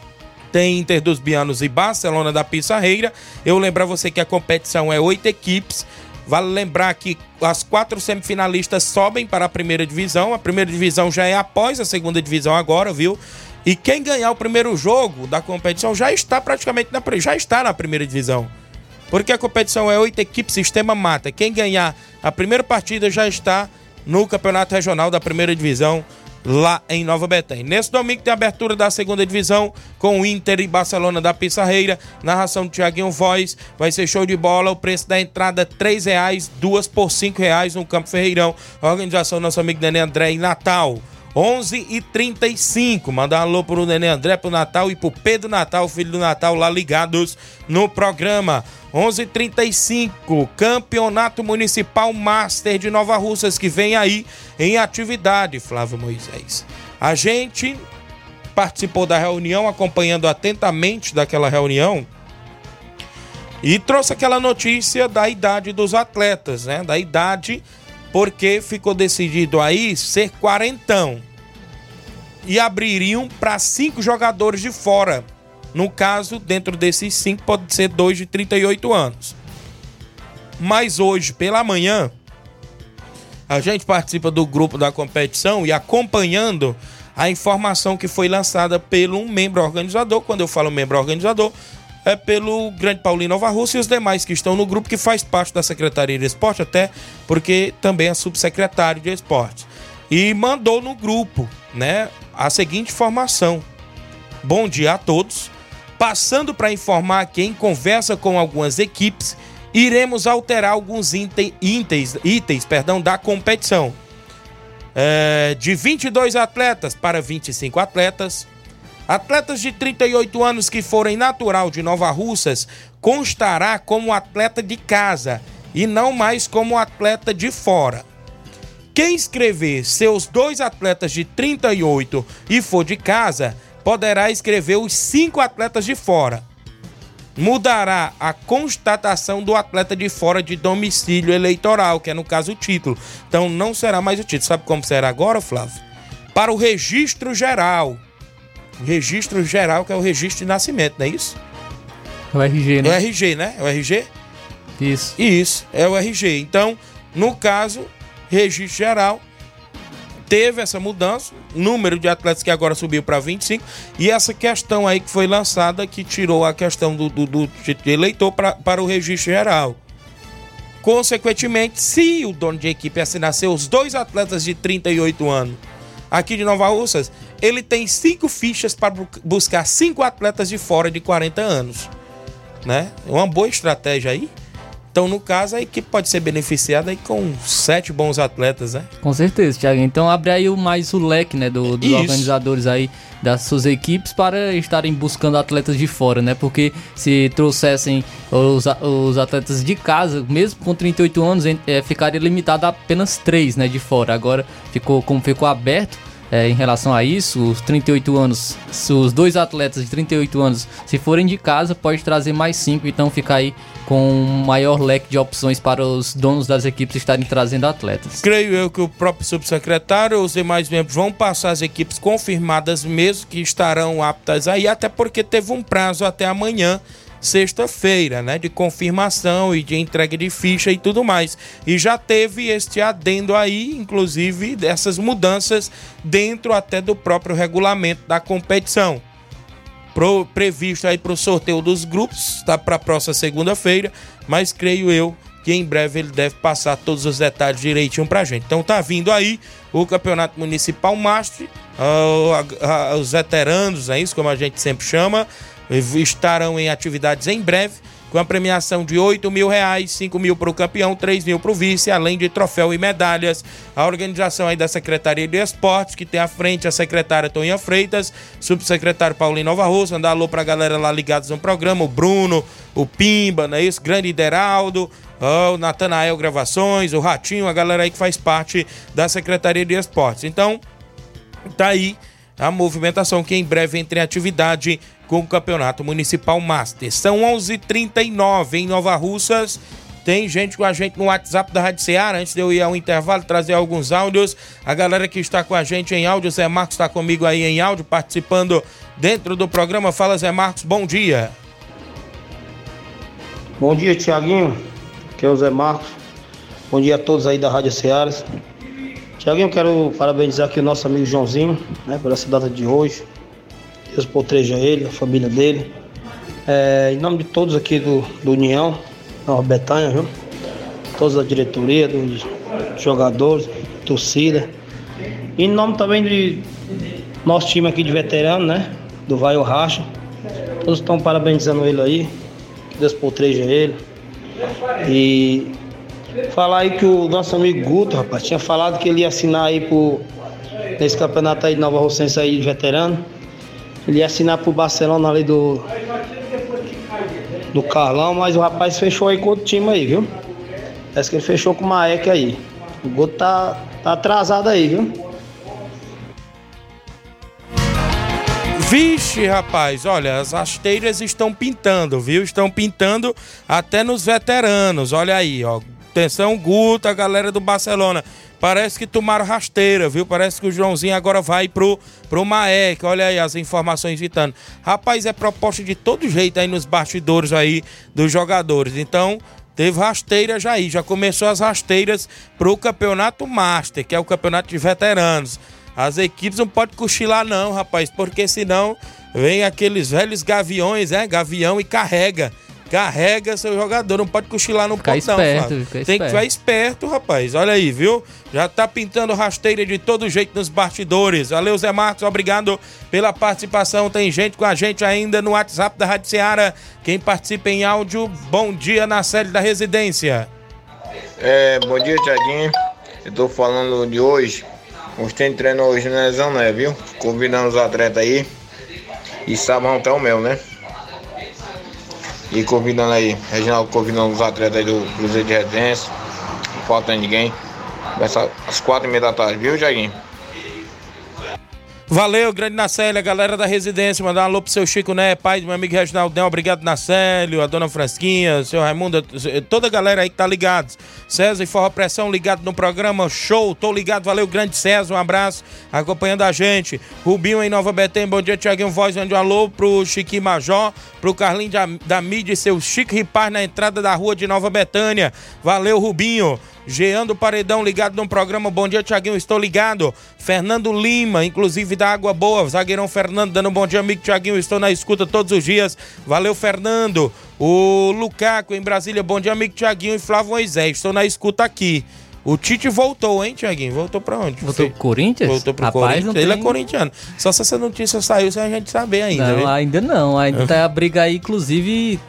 Tem Inter dos Bianos e Barcelona da Pissarreira. Eu lembro a você que a competição é 8 equipes. Vale lembrar que as 4 semifinalistas sobem para a primeira divisão. A primeira divisão já é após a segunda divisão agora, viu? E quem ganhar o primeiro jogo da competição já está praticamente na primeira divisão. Porque a competição é 8 equipes, sistema mata. Quem ganhar a primeira partida já está no campeonato regional da primeira divisão lá em Nova Betânia. Nesse domingo tem a abertura da segunda divisão com o Inter e Barcelona da Pissarreira, narração do Thiaguinho Voz, vai ser show de bola, o preço da entrada R$3, 2 por R$5 no Campo Ferreirão, a organização do nosso amigo Nenê André em Natal. 11h35, mandar um alô pro Nenê André, pro Natal e pro Pedro Natal, filho do Natal, lá ligados no programa. 11h35, Campeonato Municipal Master de Nova Russas, que vem aí em atividade, Flávio Moisés. A gente participou da reunião, acompanhando atentamente daquela reunião, e trouxe aquela notícia da idade dos atletas, né? Da idade, porque ficou decidido aí ser 40. E abririam para 5 jogadores de fora. No caso, dentro desses 5, pode ser 2 de 38 anos. Mas hoje, pela manhã, a gente participa do grupo da competição e acompanhando a informação que foi lançada pelo um membro organizador. Quando eu falo membro organizador, é pelo Grande Paulinho Nova Rússia e os demais que estão no grupo, que faz parte da Secretaria de Esporte, até porque também é subsecretário de Esporte. E mandou no grupo, né, a seguinte informação: bom dia a todos. Passando para informar que, em conversa com algumas equipes, iremos alterar alguns itens da competição. de 22 atletas para 25 atletas. Atletas de 38 anos que forem natural de Nova Russas constará como atleta de casa e não mais como atleta de fora. Quem inscrever seus 2 atletas de 38 e for de casa, poderá inscrever os 5 atletas de fora. Mudará a constatação do atleta de fora de domicílio eleitoral, que é no caso o título. Então não será mais o título. Sabe como será agora, Flávio? Para o registro geral. O registro geral, que é o registro de nascimento, não é isso? O RG, né? É o RG, né? É o RG? Isso. Isso, é o RG. Então, no caso, registro geral, teve essa mudança, número de atletas que agora subiu para 25, e essa questão aí que foi lançada, que tirou a questão do título de eleitor para o registro geral. Consequentemente, se o dono de equipe assinar seus 2 atletas de 38 anos aqui de Nova Russas, ele tem 5 fichas para buscar 5 atletas de fora de 40 anos, né? Uma boa estratégia aí. Então, no caso, a equipe pode ser beneficiada aí com 7 bons atletas, né? Com certeza, Thiago. Então, abre aí mais o leque, né, dos organizadores aí das suas equipes para estarem buscando atletas de fora, né? Porque se trouxessem os atletas de casa, mesmo com 38 anos, ficaria limitado a apenas 3, né, de fora. Agora, como ficou aberto, em relação a isso, os 38 anos, se os 2 atletas de 38 anos, se forem de casa, pode trazer mais 5, então fica aí com um maior leque de opções para os donos das equipes estarem trazendo atletas. Creio eu que o próprio subsecretário, os demais membros vão passar as equipes confirmadas mesmo, que estarão aptas aí, até porque teve um prazo até amanhã, sexta-feira, né, de confirmação e de entrega de ficha e tudo mais. E já teve este adendo aí, inclusive dessas mudanças dentro até do próprio regulamento da competição. Previsto aí para o sorteio dos grupos, tá, para a próxima segunda-feira, mas creio eu que em breve ele deve passar todos os detalhes direitinho pra gente. Então tá vindo aí o Campeonato Municipal Master, os veteranos, é isso como a gente sempre chama, estarão em atividades em breve, com a premiação de R$8.000, 5.000 para o campeão, 3.000 para o vice, além de troféu e medalhas. A organização aí da Secretaria de Esportes, que tem à frente a secretária Toninha Freitas, subsecretário Paulinho Nova Russa, mandar alô pra galera lá ligados no programa, o Bruno, o Pimba, não é isso? Grande Ideraldo, o Natanael Gravações, o Ratinho, a galera aí que faz parte da Secretaria de Esportes. Então, tá aí a movimentação que em breve entra em atividade com o Campeonato Municipal Master. São 11h39 em Nova Russas. Tem gente com a gente no WhatsApp da Rádio Ceará. Antes de eu ir ao intervalo, trazer alguns áudios. A galera que está com a gente em áudio, Zé Marcos está comigo aí em áudio, participando dentro do programa. Fala, Zé Marcos, bom dia. Bom dia, Tiaguinho, que é o Zé Marcos. Bom dia a todos aí da Rádio Ceará. Tiaguinho, quero parabenizar aqui o nosso amigo Joãozinho, né, por essa data de hoje. Deus proteja ele, a família dele. Em nome de todos aqui do União, Nova Betânia, viu? Todos da diretoria, dos jogadores, torcida. E em nome também de nosso time aqui de veterano, né? Do Vai o Racha. Todos estão parabenizando ele aí. Que Deus proteja ele. E falar aí que o nosso amigo Guto, rapaz, tinha falado que ele ia assinar aí nesse campeonato aí de Nova Russense aí de veterano. Ele ia assinar pro Barcelona ali do Carlão, mas o rapaz fechou aí com outro time aí, viu? Parece que ele fechou com o Maek aí. O Guto tá atrasado aí, viu? Vixe, rapaz, olha, as rasteiras estão pintando, viu? Estão pintando até nos veteranos, olha aí, ó. Atenção, Guto, a galera do Barcelona. Parece que tomaram rasteira, viu? Parece que o Joãozinho agora vai pro Maek. Olha aí as informações vitando. Rapaz, é proposta de todo jeito aí nos bastidores aí dos jogadores. Então, teve rasteira já aí. Já começou as rasteiras pro Campeonato Master, que é o campeonato de veteranos. As equipes não podem cochilar não, rapaz, porque senão vem aqueles velhos gaviões, gavião e carrega seu jogador, não pode cochilar no portão. Tem que ficar esperto, rapaz. Olha aí, viu? Já tá pintando rasteira de todo jeito nos bastidores. Valeu, Zé Marcos, obrigado pela participação. Tem gente com a gente ainda no WhatsApp da Rádio Ceará. Quem participa em áudio, bom dia na sede da residência. Bom dia, Thiaguinho. Eu tô falando de hoje Os tem treino hoje na Zão Né, viu? Convidando os atletas aí. E sábado até o meu, né? E convidando aí, Reginaldo convidando os atletas aí do Cruzeiro de Residência. Não falta ninguém. Começa às 4h30 da tarde, viu, Jaguinho? Valeu, grande Nacélio, a galera da residência, mandar um alô pro seu Chico, né, pai do meu amigo Reginaldo, obrigado Nacélio, a dona Frasquinha, o seu Raimundo, toda a galera aí que tá ligados. César e Forró Pressão ligado no programa, show, tô ligado, valeu, grande César, um abraço, acompanhando a gente. Rubinho em Nova Betânia, bom dia, Tiaguinho Voz, mande um alô pro Chiquinho Major, pro Carlinho da mídia e seu Chico Ripar na entrada da rua de Nova Betânia, valeu, Rubinho. Jean do Paredão, ligado no programa, bom dia, Tiaguinho, estou ligado. Fernando Lima, inclusive da Água Boa, zagueirão Fernando, dando um bom dia, amigo Tiaguinho, estou na escuta todos os dias, valeu, Fernando. O Lucaco, em Brasília, bom dia, amigo Tiaguinho e Flávio Moisés, estou na escuta aqui. O Tite voltou, hein, Tiaguinho? Voltou pra onde? Voltou pro Corinthians? Voltou pro Rapaz, Corinthians. não Ele tem... é corintiano. Só se essa notícia saiu sem a gente saber ainda. Não, viu? ainda não. Ainda tá a briga aí, inclusive,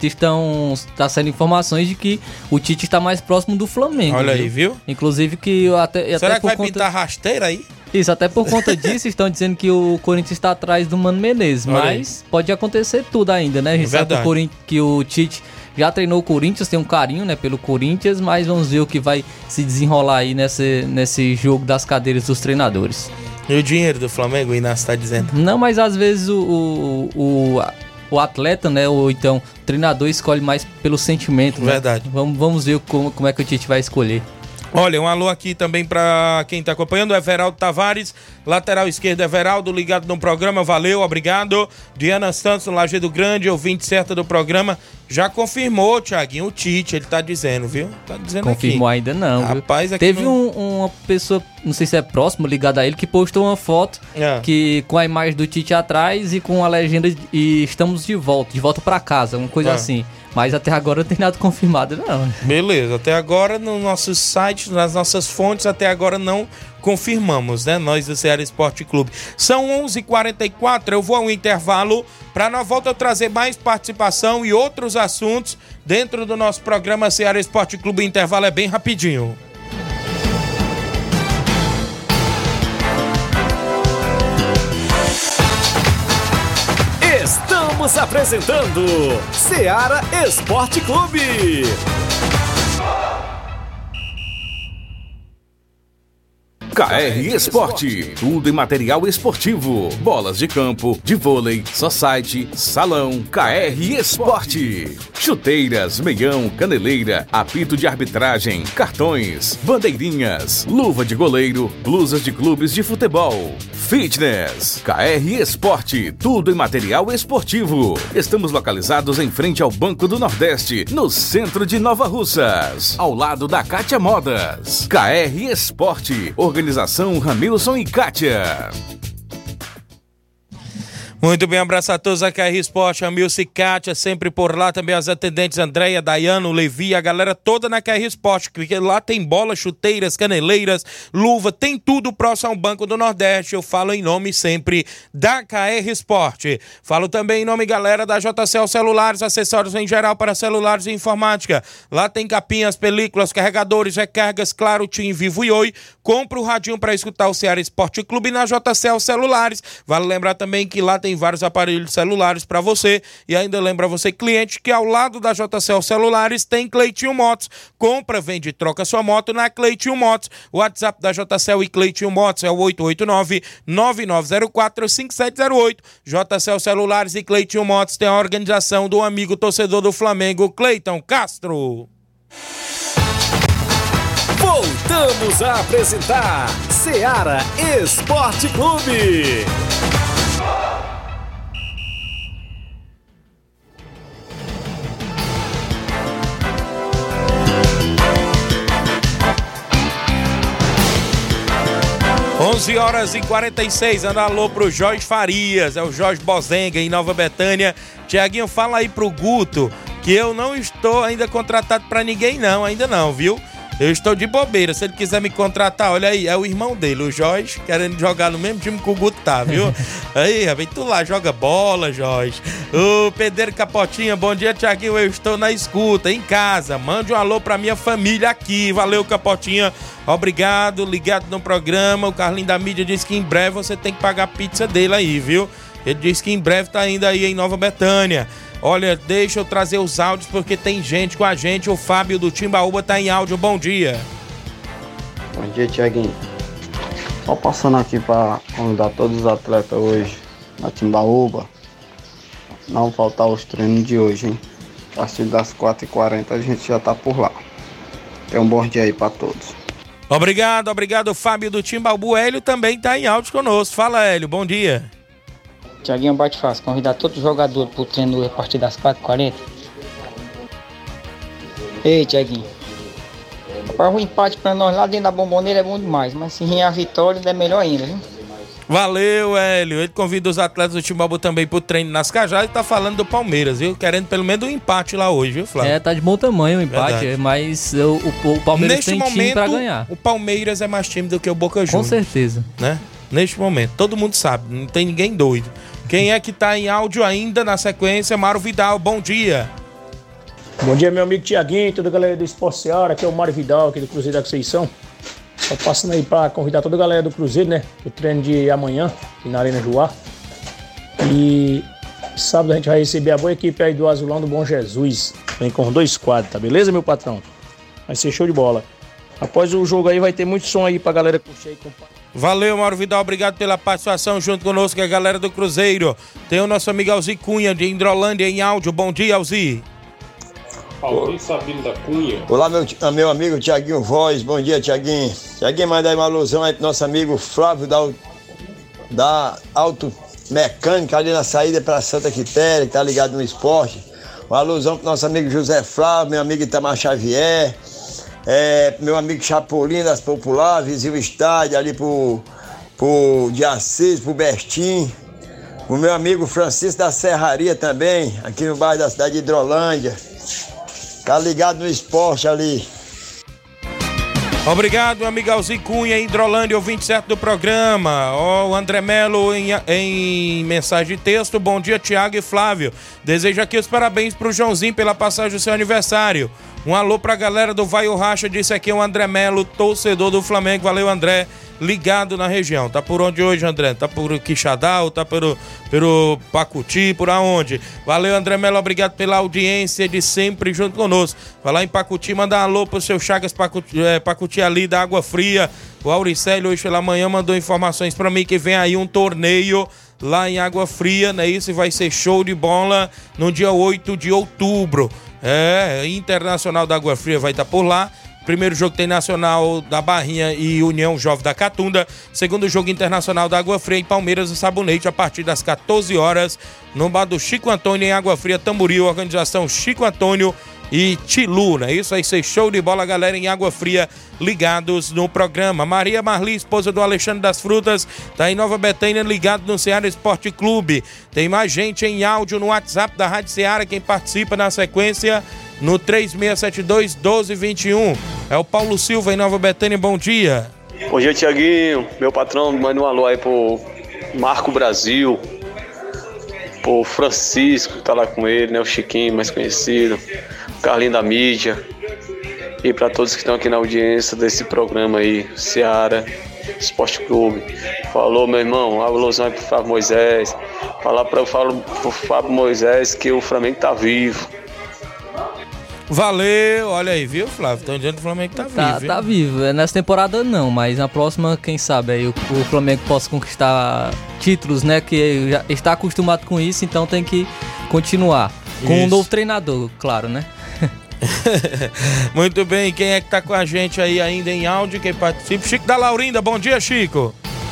tá saindo informações de que o Tite está mais próximo do Flamengo. Olha aí, viu? Inclusive que até Será até que vai pintar rasteira aí? Isso, até por conta disso estão dizendo que o Corinthians está atrás do Mano Menezes. Olha mas aí, pode acontecer tudo ainda, né? A gente sabe que o Tite já treinou o Corinthians, tem um carinho, né, pelo Corinthians, mas vamos ver o que vai se desenrolar aí nesse jogo das cadeiras dos treinadores. E o dinheiro do Flamengo, o Inácio tá dizendo? Não, mas às vezes o atleta, né, ou então o treinador escolhe mais pelo sentimento. Verdade. Né? Vamos ver como é que o Tite vai escolher. Olha, um alô aqui também para quem tá acompanhando, Everaldo Tavares, lateral esquerdo, Everaldo, ligado no programa, valeu, obrigado. Diana Santos, Lajeado Grande, ouvinte certa do programa, já confirmou, Thiaguinho, o Tite, ele tá dizendo, viu? Tá dizendo confirmou aqui. Ainda não, Rapaz, aqui teve uma pessoa, não sei se é próximo, ligada a ele, que postou uma foto que, com a imagem do Tite atrás e com a legenda e estamos de volta pra casa, uma coisa assim. Mas até agora não tem nada confirmado, não. Beleza, até agora no nosso site, nas nossas fontes, até agora não confirmamos, né? Nós do Ceará Esporte Clube. São 11h44, eu vou ao intervalo. Para na volta eu trazer mais participação e outros assuntos dentro do nosso programa Ceará Esporte Clube. O intervalo é bem rapidinho. Estamos apresentando Ceará Esporte Clube. KR Esporte, tudo em material esportivo, bolas de campo, de vôlei, society, salão, KR Esporte, chuteiras, meião, caneleira, apito de arbitragem, cartões, bandeirinhas, luva de goleiro, blusas de clubes de futebol, fitness, KR Esporte, tudo em material esportivo. Estamos localizados em frente ao Banco do Nordeste, no centro de Nova Russas, ao lado da Kátia Modas. KR Esporte, organização Ramilson e Kátia. Muito bem, abraço a todos a KR Esporte, a Milce e Kátia, sempre por lá, também as atendentes Andréia, Dayano, Levi, a galera toda na KR Esporte, porque lá tem bola, chuteiras, caneleiras, luva, tem tudo próximo ao Banco do Nordeste. Eu falo em nome sempre da KR Esporte. Falo também em nome, galera, da JCL Celulares, acessórios em geral para celulares e informática. Lá tem capinhas, películas, carregadores, recargas, Claro, TIM, Vivo e Oi. Compra o radinho para escutar o Ceará Esporte Clube na JCL Celulares. Vale lembrar também que lá tem vários aparelhos celulares para você, e ainda lembra você, cliente, que ao lado da JCL Celulares tem Cleitinho Motos. Compra, vende e troca sua moto na Cleitinho Motos. O WhatsApp da JCL e Cleitinho Motos é o 889-9904-5708. JCL Celulares e Cleitinho Motos tem a organização do amigo torcedor do Flamengo, Cleiton Castro. Voltamos a apresentar Ceará Esporte Clube. 11h46, anda alô pro Jorge Farias, é o Jorge Bozenga em Nova Betânia. Tiaguinho, fala aí pro Guto que eu não estou ainda contratado pra ninguém não, ainda não, viu? Eu estou de bobeira. Se ele quiser me contratar, olha aí, é o irmão dele, o Jorge, querendo jogar no mesmo time que o Guto tá, viu? Aí, vem tu lá, joga bola, Jorge. O Pedro Capotinha, bom dia, Tiaguinho. Eu estou na escuta, em casa. Mande um alô pra minha família aqui. Valeu, Capotinha. Obrigado, ligado no programa. O Carlinho da mídia disse que em breve você tem que pagar a pizza dele aí, viu? Ele disse que em breve tá indo aí em Nova Betânia. Olha, deixa eu trazer os áudios porque tem gente com a gente. O Fábio do Timbaúba tá em áudio. Bom dia. Bom dia, Tiaguinho. Só passando aqui para convidar todos os atletas hoje na Timbaúba. Não faltar os treinos de hoje, hein? A partir das 4h40 a gente já tá por lá. Tenha um bom dia aí para todos. Obrigado, Fábio do Timbaúba. O Hélio também tá em áudio conosco. Fala, Hélio, bom dia. Tiaguinho, bate fácil, convidar todos os jogadores pro treino a partir das 4h40. Ei, Tiaguinho, para o empate para nós lá dentro da Bomboneira é bom demais, mas se vier a vitória é melhor ainda, viu? Valeu, Hélio. Ele convida os atletas do Timbaúba também pro treino nas Cajás e tá falando do Palmeiras, viu? Querendo pelo menos um empate lá hoje, viu, Flávio? Tá de bom tamanho o empate, verdade. Mas o Palmeiras neste tem momento, time pra ganhar. O Palmeiras é mais time do que o Boca Juniors. Com certeza. Né? Neste momento, todo mundo sabe, não tem ninguém doido. Quem é que tá em áudio ainda na sequência? Mário Vidal, bom dia. Bom dia, meu amigo Tiaguinho, toda a galera do Esporte Seara, aqui é o Mário Vidal, aqui do Cruzeiro da Conceição. Só passando aí pra convidar toda a galera do Cruzeiro, né, pro treino de amanhã, aqui na Arena Joá. E sábado a gente vai receber a boa equipe aí do Azulão do Bom Jesus. Vem com 2 quadros, tá beleza, meu patrão? Vai ser show de bola. Após o jogo aí vai ter muito som aí pra galera curtir aí, compadre. Valeu, Mauro Vidal, obrigado pela participação junto conosco, a galera do Cruzeiro. Tem o nosso amigo Alzi Cunha, de Hidrolândia, em áudio. Bom dia, Alzi. Alzi Sabino da Cunha. Olá, meu amigo Tiaguinho Voz. Bom dia, Tiaguinho. Tiaguinho, manda aí uma alusão aí pro nosso amigo Flávio da Auto Mecânica, ali na saída para Santa Quitéria, que tá ligado no esporte. Uma alusão pro nosso amigo José Flávio, meu amigo Itamar Xavier. Meu amigo Chapolin das Popular, vizinho estádio, ali pro de Assis, pro Bestim. O meu amigo Francisco da Serraria também, aqui no bairro da cidade de Hidrolândia. Tá ligado no esporte ali. Obrigado, amigo Alzi Cunha, em Hidrolândia, ouvinte certo do programa. O André Melo em mensagem de texto. Bom dia, Tiago e Flávio. Desejo aqui os parabéns pro Joãozinho pela passagem do seu aniversário. Um alô pra galera do Vai o Racha, disse aqui o André Melo, torcedor do Flamengo. Valeu, André, ligado na região. Tá por onde hoje, André? Tá por Quixadá, tá pelo Pacuti, por aonde? Valeu, André Melo, obrigado pela audiência de sempre junto conosco. Falar em Pacuti, mandar um alô pro seu Chagas Pacuti ali da Água Fria. O Auricélio hoje pela manhã mandou informações pra mim que vem aí um torneio lá em Água Fria, né? Isso vai ser show de bola no dia 8 de outubro. Internacional da Água Fria vai estar por lá. Primeiro jogo tem Nacional da Barrinha e União Jovem da Catunda. Segundo jogo internacional da Água Fria em Palmeiras e Sabonete a partir das 14 horas no bar do Chico Antônio em Água Fria, Tamboril. Organização Chico Antônio e Tilu, né? Isso vai ser show de bola, galera, em Água Fria, ligados no programa. Maria Marli, esposa do Alexandre das Frutas, tá em Nova Betânia, ligado no Ceará Esporte Clube. Tem mais gente em áudio no WhatsApp da Rádio Ceará, quem participa na sequência no 3672-1221. É o Paulo Silva em Nova Betânia, bom dia. Bom dia, Tiaguinho, meu patrão, manda um alô aí pro Marco Brasil, pro Francisco, que tá lá com ele, né, o Chiquinho, mais conhecido, o Carlinho da mídia, e para todos que estão aqui na audiência desse programa aí, Ceará Esporte Clube. Falou, meu irmão, alôzão aí pro Fábio Moisés, falar pro Fábio Moisés que o Flamengo tá vivo. Valeu, olha aí, viu, Flávio? Estão dizendo que o Flamengo tá vivo. Tá vivo. Nessa temporada não, mas na próxima, quem sabe aí o Flamengo possa conquistar títulos, né? Que já está acostumado com isso, então tem que continuar. Com um novo treinador, claro, né? Muito bem, quem é que tá com a gente aí ainda em áudio? Quem participa? Chico da Laurinda, bom dia, Chico.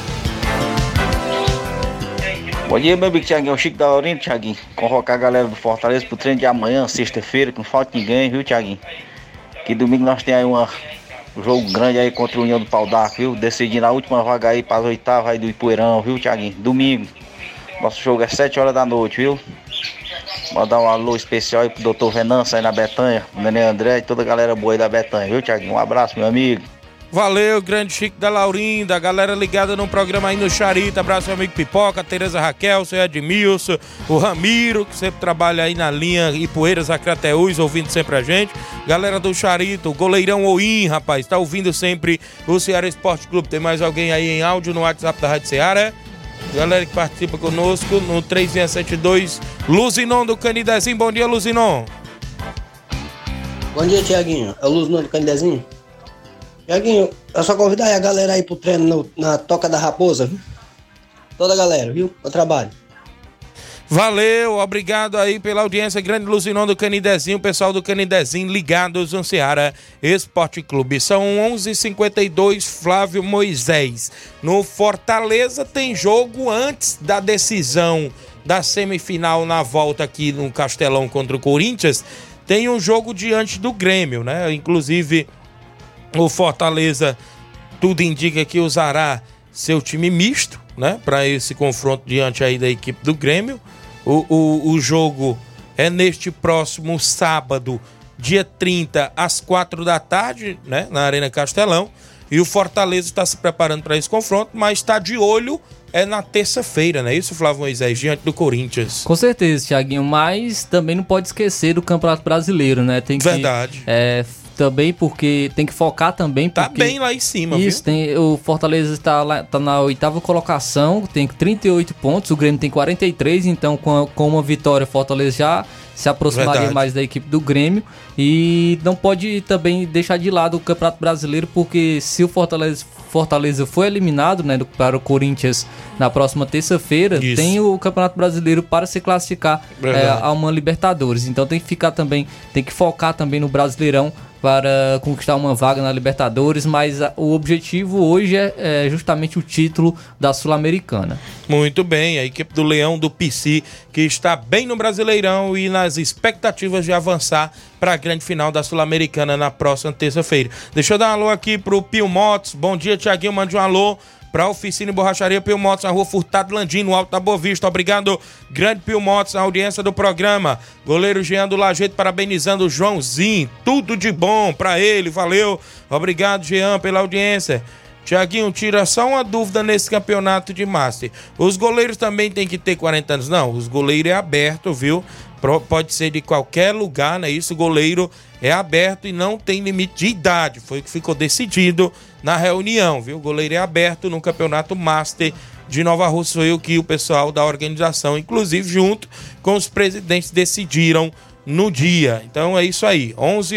Bom dia, meu amigo Thiaguinho, o Chico da Laurinda, Thiaguinho. Convocar a galera do Fortaleza pro treino de amanhã, sexta-feira, que não falta ninguém, viu, Thiaguinho? Que domingo nós temos aí um jogo grande aí contra o União do Pau d'Arco, viu? Decidindo a última vaga aí para as oitavas aí do Ipueirão, viu, Thiaguinho? Domingo. Nosso jogo é 7 horas da noite, viu? Mandar um alô especial aí pro doutor Venâncio aí na Betanha, o Nenê André e toda a galera boa aí da Betanha, viu, Thiaguinho? Um abraço, meu amigo. Valeu, grande Chico da Laurinda, a galera ligada no programa aí no Charita, abraço meu amigo Pipoca, Tereza Raquel, o seu Edmilson, o Ramiro, que sempre trabalha aí na linha Ipueiras, Acrateús, ouvindo sempre a gente, galera do Charita, o goleirão Oim, rapaz, tá ouvindo sempre o Ceará Esporte Clube. Tem mais alguém aí em áudio no WhatsApp da Rádio Ceará? Galera que participa conosco no 3672, Luzinon do Canidezinho. Bom dia, Luzinon. Bom dia, Tiaguinho, é o Luzinon do Canidezinho. Tiaguinho, é só convidar aí a galera aí pro treino na Toca da Raposa, viu? Toda a galera, viu? Bom trabalho. Valeu, obrigado aí pela audiência, grande Luzinon do Canidezinho, pessoal do Canidezinho ligados no Ceará Esporte Clube. São 11h52, Flávio Moisés. No Fortaleza tem jogo antes da decisão da semifinal na volta aqui no Castelão contra o Corinthians. Tem um jogo diante do Grêmio, né? Inclusive o Fortaleza, tudo indica que usará seu time misto, né? Para esse confronto diante aí da equipe do Grêmio. O jogo é neste próximo sábado, dia 30, às 4 da tarde, né? Na Arena Castelão. E o Fortaleza está se preparando para esse confronto, mas está de olho na terça-feira, não é isso, Flávio Moisés, diante do Corinthians? Com certeza, Thiaguinho, mas também não pode esquecer do Campeonato Brasileiro, né? Tem que, verdade. Também porque tem que focar também. Tá bem lá em cima, isso, viu? O Fortaleza está na 8ª colocação, tem 38 pontos, o Grêmio tem 43, então com uma vitória o Fortaleza já se aproximaria mais da equipe do Grêmio. E não pode também deixar de lado o Campeonato Brasileiro, porque se o Fortaleza foi eliminado, né, para o Corinthians na próxima terça-feira, tem o Campeonato Brasileiro para se classificar a uma Libertadores. Então tem que focar também no Brasileirão para conquistar uma vaga na Libertadores, mas o objetivo hoje é justamente o título da Sul-Americana. Muito bem, a equipe do Leão do PC, que está bem no Brasileirão e nas expectativas de avançar para a grande final da Sul-Americana na próxima terça-feira. Deixa eu dar um alô aqui pro Pio Motos. Bom dia, Thiaguinho, mande um alô para a Oficina e Borracharia Pio Motos, na rua Furtado Landim, no Alto da Boa Vista. Obrigado, grande Pio Motos, na audiência do programa. Goleiro Jean do Lajeito parabenizando o Joãozinho. Tudo de bom para ele, valeu. Obrigado, Jean, pela audiência. Thiaguinho, tira só uma dúvida nesse campeonato de Master. Os goleiros também têm que ter 40 anos? Não, os goleiros é aberto, viu? Pode ser de qualquer lugar, né? Isso, o goleiro é aberto e não tem limite de idade. Foi o que ficou decidido na reunião, viu? O goleiro é aberto no campeonato Master de Nova Russa. Foi o que o pessoal da organização, inclusive junto com os presidentes, decidiram no dia. Então é isso aí,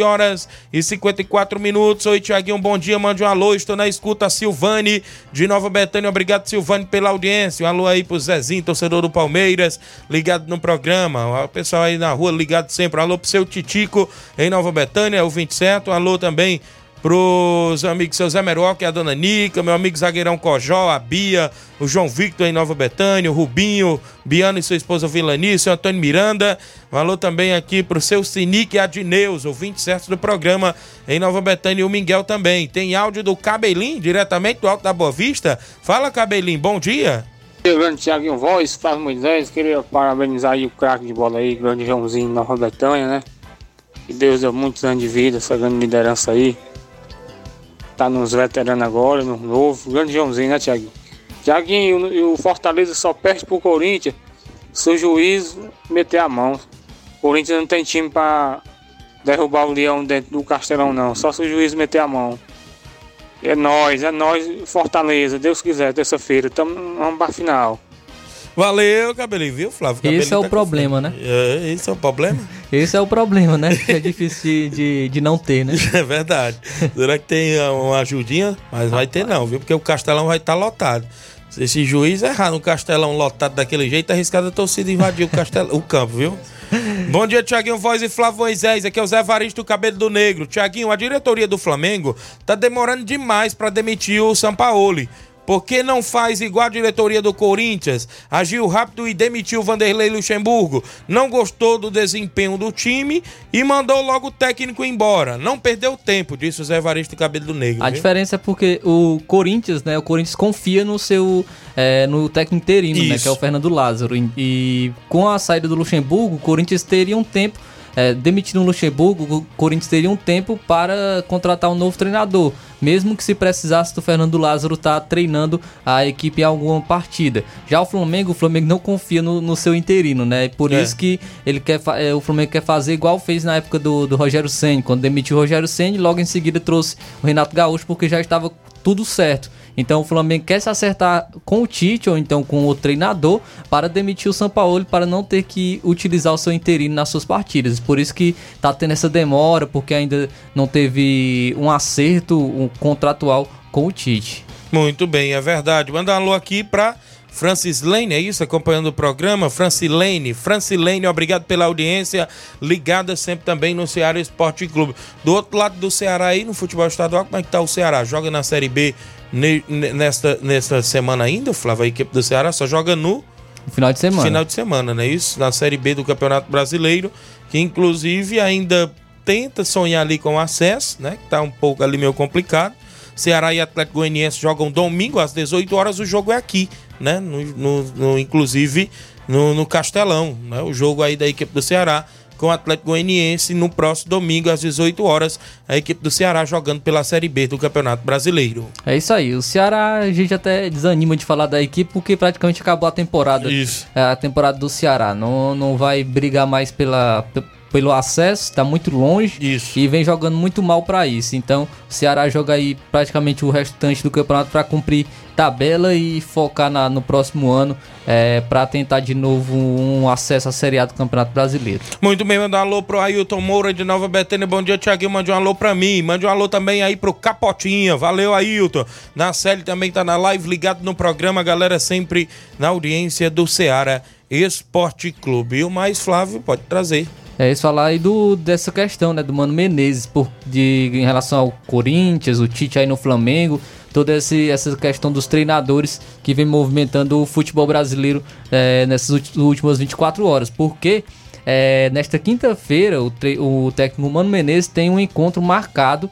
11h54. Oi, Thiaguinho, bom dia, mande um alô, estou na escuta. Silvane de Nova Betânia, obrigado, Silvane, pela audiência. Um alô aí pro Zezinho, torcedor do Palmeiras, ligado no programa. O pessoal aí na rua ligado sempre. Um alô pro seu Titico em Nova Betânia, o 27. Um alô também pros amigos seu Zé Meroque, a dona Nica, meu amigo zagueirão Cojó, a Bia, o João Victor em Nova Betânia, o Rubinho, Biano e sua esposa Vilanice, o Antônio Miranda. Falou também aqui pro seu Sinique e Adneus, ouvinte certo do programa em Nova Betânia, e o Miguel também. Tem áudio do Cabelinho, diretamente do Alto da Boa Vista. Fala, Cabelinho, bom dia. Grande Thiaguinho Voz, Flávio Moisés, queria parabenizar aí o craque de bola aí, grande Joãozinho em Nova Betânia, né? Que Deus deu muitos anos de vida, essa grande liderança aí. Tá nos veteranos agora, no novo. Grande Joãozinho, né, Thiaguinho? Thiaguinho, e o Fortaleza só perde pro Corinthians se o juiz meter a mão. O Corinthians não tem time pra derrubar o Leão dentro do Castelão, não. Só se o juiz meter a mão. É nós, Fortaleza. Deus quiser, terça-feira. Vamos pra final. Valeu, Cabelinho, viu, Flávio? Cabelinho esse é o problema, né? Esse é o problema? Esse é o problema, né? Que é difícil de não ter, né? É verdade. Será que tem uma ajudinha? Mas vai ter não, viu? Porque o Castelão vai estar lotado. Se esse juiz errar no Castelão lotado daquele jeito, é arriscado a torcida invadir o campo, viu? Bom dia, Thiaguinho Voz e Flávio Moisés. Aqui é o Zé Varisto, Cabelo do Negro. Thiaguinho, a diretoria do Flamengo tá demorando demais para demitir o Sampaoli. Por que não faz igual a diretoria do Corinthians? Agiu rápido e demitiu Vanderlei Luxemburgo. Não gostou do desempenho do time e mandou logo o técnico embora. Não perdeu tempo, disse o Zé Evaristo Cabelo Negro. A diferença é porque o Corinthians, né? O Corinthians confia no seu no técnico interino, né? Que é o Fernando Lázaro. E com a saída do Luxemburgo, o Corinthians teria um tempo. Demitindo o Luxemburgo, o Corinthians teria um tempo para contratar um novo treinador, mesmo que se precisasse do Fernando Lázaro estar treinando a equipe em alguma partida. Já o Flamengo não confia no seu interino, né? Por isso que o Flamengo quer fazer igual fez na época do Rogério Ceni, quando demitiu o Rogério Ceni, logo em seguida trouxe o Renato Gaúcho, porque já estava tudo certo. Então o Flamengo quer se acertar com o Tite ou então com o treinador para demitir o Sampaoli, para não ter que utilizar o seu interino nas suas partidas. Por isso que tá tendo essa demora, porque ainda não teve um acerto contratual com o Tite. Muito bem, é verdade. Manda um alô aqui para Francilene, é isso? Acompanhando o programa. Francilene, obrigado pela audiência, ligada sempre também no Ceará Esporte Clube. Do outro lado do Ceará aí, no futebol estadual, como é que tá o Ceará? Joga na Série B nesta semana ainda, Flávio? A equipe do Ceará só joga no final de semana. Final de semana, não é isso? Na Série B do Campeonato Brasileiro, que inclusive ainda tenta sonhar ali com acesso, né? Que tá um pouco ali meio complicado. Ceará e Atlético Goianiense jogam domingo às 18 horas, o jogo é aqui, né? Inclusive no Castelão, né? O jogo aí da equipe do Ceará com o Atlético Goianiense no próximo domingo às 18 horas, a equipe do Ceará jogando pela Série B do Campeonato Brasileiro. É isso aí, o Ceará, a gente até desanima de falar da equipe porque praticamente acabou a temporada. Isso. A temporada do Ceará, não vai brigar mais pelo acesso, tá muito longe. Isso. E vem jogando muito mal para isso. Então o Ceará joga aí praticamente o restante do campeonato para cumprir tabela e focar no próximo ano para tentar de novo um acesso à Série A do Campeonato Brasileiro. Muito bem, manda um alô pro Ailton Moura de Nova Betânia. Bom dia, Thiaguinho, mande um alô pra mim, mande um alô também aí pro Capotinha, valeu Ailton. Na série também tá na live, ligado no programa, galera sempre na audiência do Ceará Esporte Clube. E o mais, Flávio, pode trazer. Isso, falar aí dessa questão, né, do Mano Menezes em relação ao Corinthians, o Tite aí no Flamengo, toda essa questão dos treinadores que vem movimentando o futebol brasileiro nessas últimas 24 horas, porque nesta quinta-feira o técnico Mano Menezes tem um encontro marcado,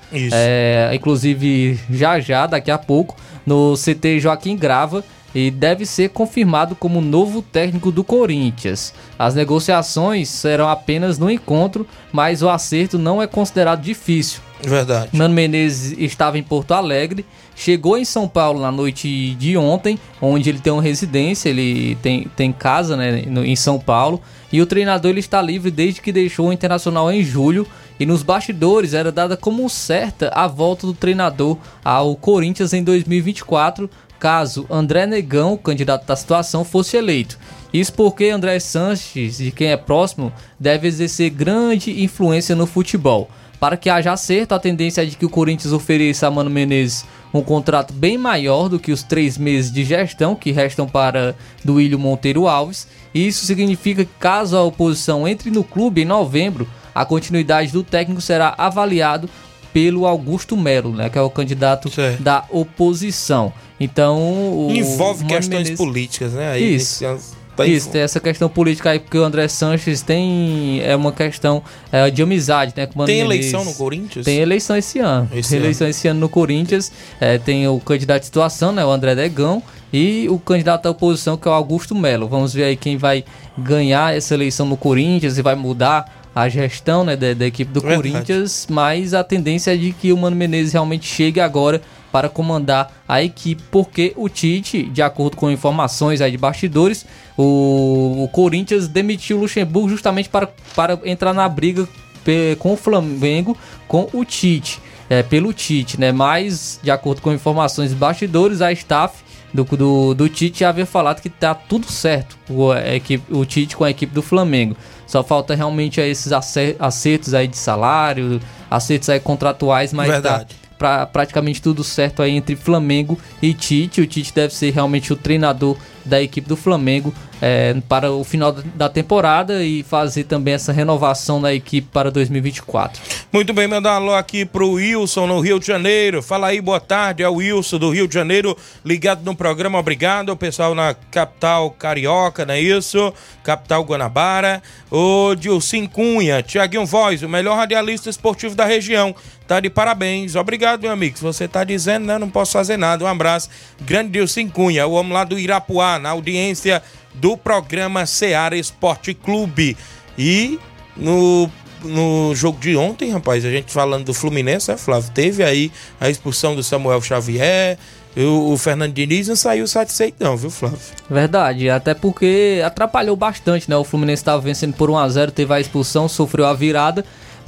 inclusive daqui a pouco, no CT Joaquim Grava, e deve ser confirmado como novo técnico do Corinthians. As negociações serão apenas no encontro, mas o acerto não é considerado difícil. Verdade. Mano Menezes estava em Porto Alegre, chegou em São Paulo na noite de ontem, onde ele tem uma residência, ele tem casa, né, em São Paulo, e o treinador ele está livre desde que deixou o Internacional em julho, e nos bastidores era dada como certa a volta do treinador ao Corinthians em 2024, caso André Negão, candidato da situação, fosse eleito. Isso porque André Sanches, de quem é próximo, deve exercer grande influência no futebol. Para que haja acerto, a tendência é de que o Corinthians ofereça a Mano Menezes um contrato bem maior do que os 3 meses de gestão que restam para Duílio Monteiro Alves. E isso significa que caso a oposição entre no clube em novembro, a continuidade do técnico será avaliado pelo Augusto Melo, né, que é o candidato da oposição. Então envolve questões políticas, né? Aí, isso, tem essa questão política aí, porque o André Sanches tem uma questão de amizade, né? Com o tem eleição no Corinthians? Tem eleição esse ano. Esse ano no Corinthians. Tem o candidato de situação, né? O André Negão, e o candidato da oposição, que é o Augusto Melo. Vamos ver aí quem vai ganhar essa eleição no Corinthians e vai mudar a gestão, né, da equipe do Corinthians, mas a tendência é de que o Mano Menezes realmente chegue agora para comandar a equipe, porque o Tite, de acordo com informações aí de bastidores, o Corinthians demitiu o Luxemburgo justamente para entrar na briga com o Flamengo, com o Tite, pelo Tite, né? Mas, de acordo com informações de bastidores, a staff do Tite havia falado que tá tudo certo, o Tite com a equipe do Flamengo. Só falta realmente esses acertos aí de salário, acertos aí contratuais, mas verdade. Tá praticamente tudo certo aí entre Flamengo e Tite. O Tite deve ser realmente o treinador da equipe do Flamengo para o final da temporada e fazer também essa renovação na equipe para 2024. Muito bem, mandar um alô aqui pro Wilson no Rio de Janeiro. Fala aí, boa tarde, é o Wilson do Rio de Janeiro, ligado no programa, obrigado. O pessoal na capital carioca, não é isso? Capital Guanabara. O Dilcim Cunha, Tiaguinho Voz, o melhor radialista esportivo da região. Tá de parabéns. Obrigado, meu amigo. Se você tá dizendo, né, não posso fazer nada. Um abraço. Grande Dilcim Cunha, o homem lá do Irapuá, na audiência do programa Seara Esporte Clube. E no jogo de ontem, rapaz, a gente falando do Fluminense, né, Flávio? Teve aí a expulsão do Samuel Xavier. O Fernando Diniz não saiu satisfeito não, viu, Flávio? Verdade, até porque atrapalhou bastante, né? O Fluminense estava vencendo por 1-0, teve a expulsão, sofreu a virada,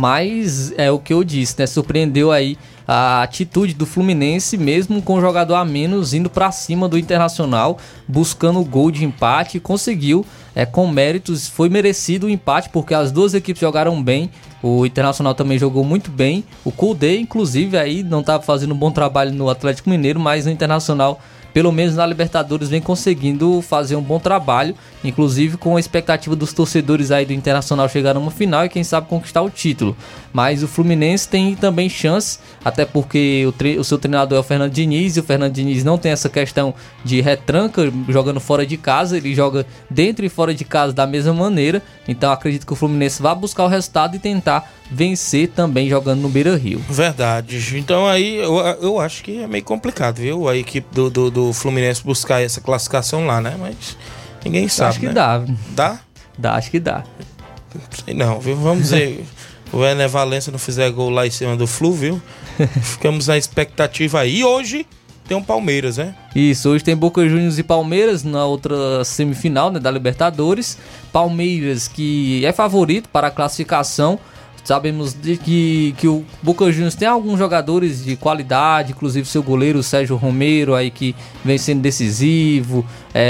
mas é o que eu disse, né? Surpreendeu aí a atitude do Fluminense, mesmo com o jogador a menos, indo para cima do Internacional, buscando o gol de empate, e conseguiu, com méritos, foi merecido o empate, porque as duas equipes jogaram bem, o Internacional também jogou muito bem, o Kudê, inclusive, aí não estava fazendo um bom trabalho no Atlético Mineiro, mas no Internacional, pelo menos na Libertadores, vem conseguindo fazer um bom trabalho, inclusive com a expectativa dos torcedores aí do Internacional chegar numa final e quem sabe conquistar o título. Mas o Fluminense tem também chance, até porque o seu treinador é o Fernando Diniz, e o Fernando Diniz não tem essa questão de retranca, jogando fora de casa, ele joga dentro e fora de casa da mesma maneira, então acredito que o Fluminense vai buscar o resultado e tentar vencer também jogando no Beira-Rio. Verdade, então aí eu acho que é meio complicado, viu, a equipe do Fluminense buscar essa classificação lá, né, mas ninguém sabe, acho que né? dá. Dá? Dá, acho que dá. Sei não, viu, vamos dizer, o Ené Valência não fizer gol lá em cima do Flu, viu, ficamos na expectativa aí. E hoje tem um Palmeiras, né? Isso, hoje tem Boca Juniors e Palmeiras na outra semifinal, né, da Libertadores. Palmeiras que é favorito para a classificação. Sabemos que o Boca Juniors tem alguns jogadores de qualidade, inclusive seu goleiro Sérgio Romero, aí que vem sendo decisivo,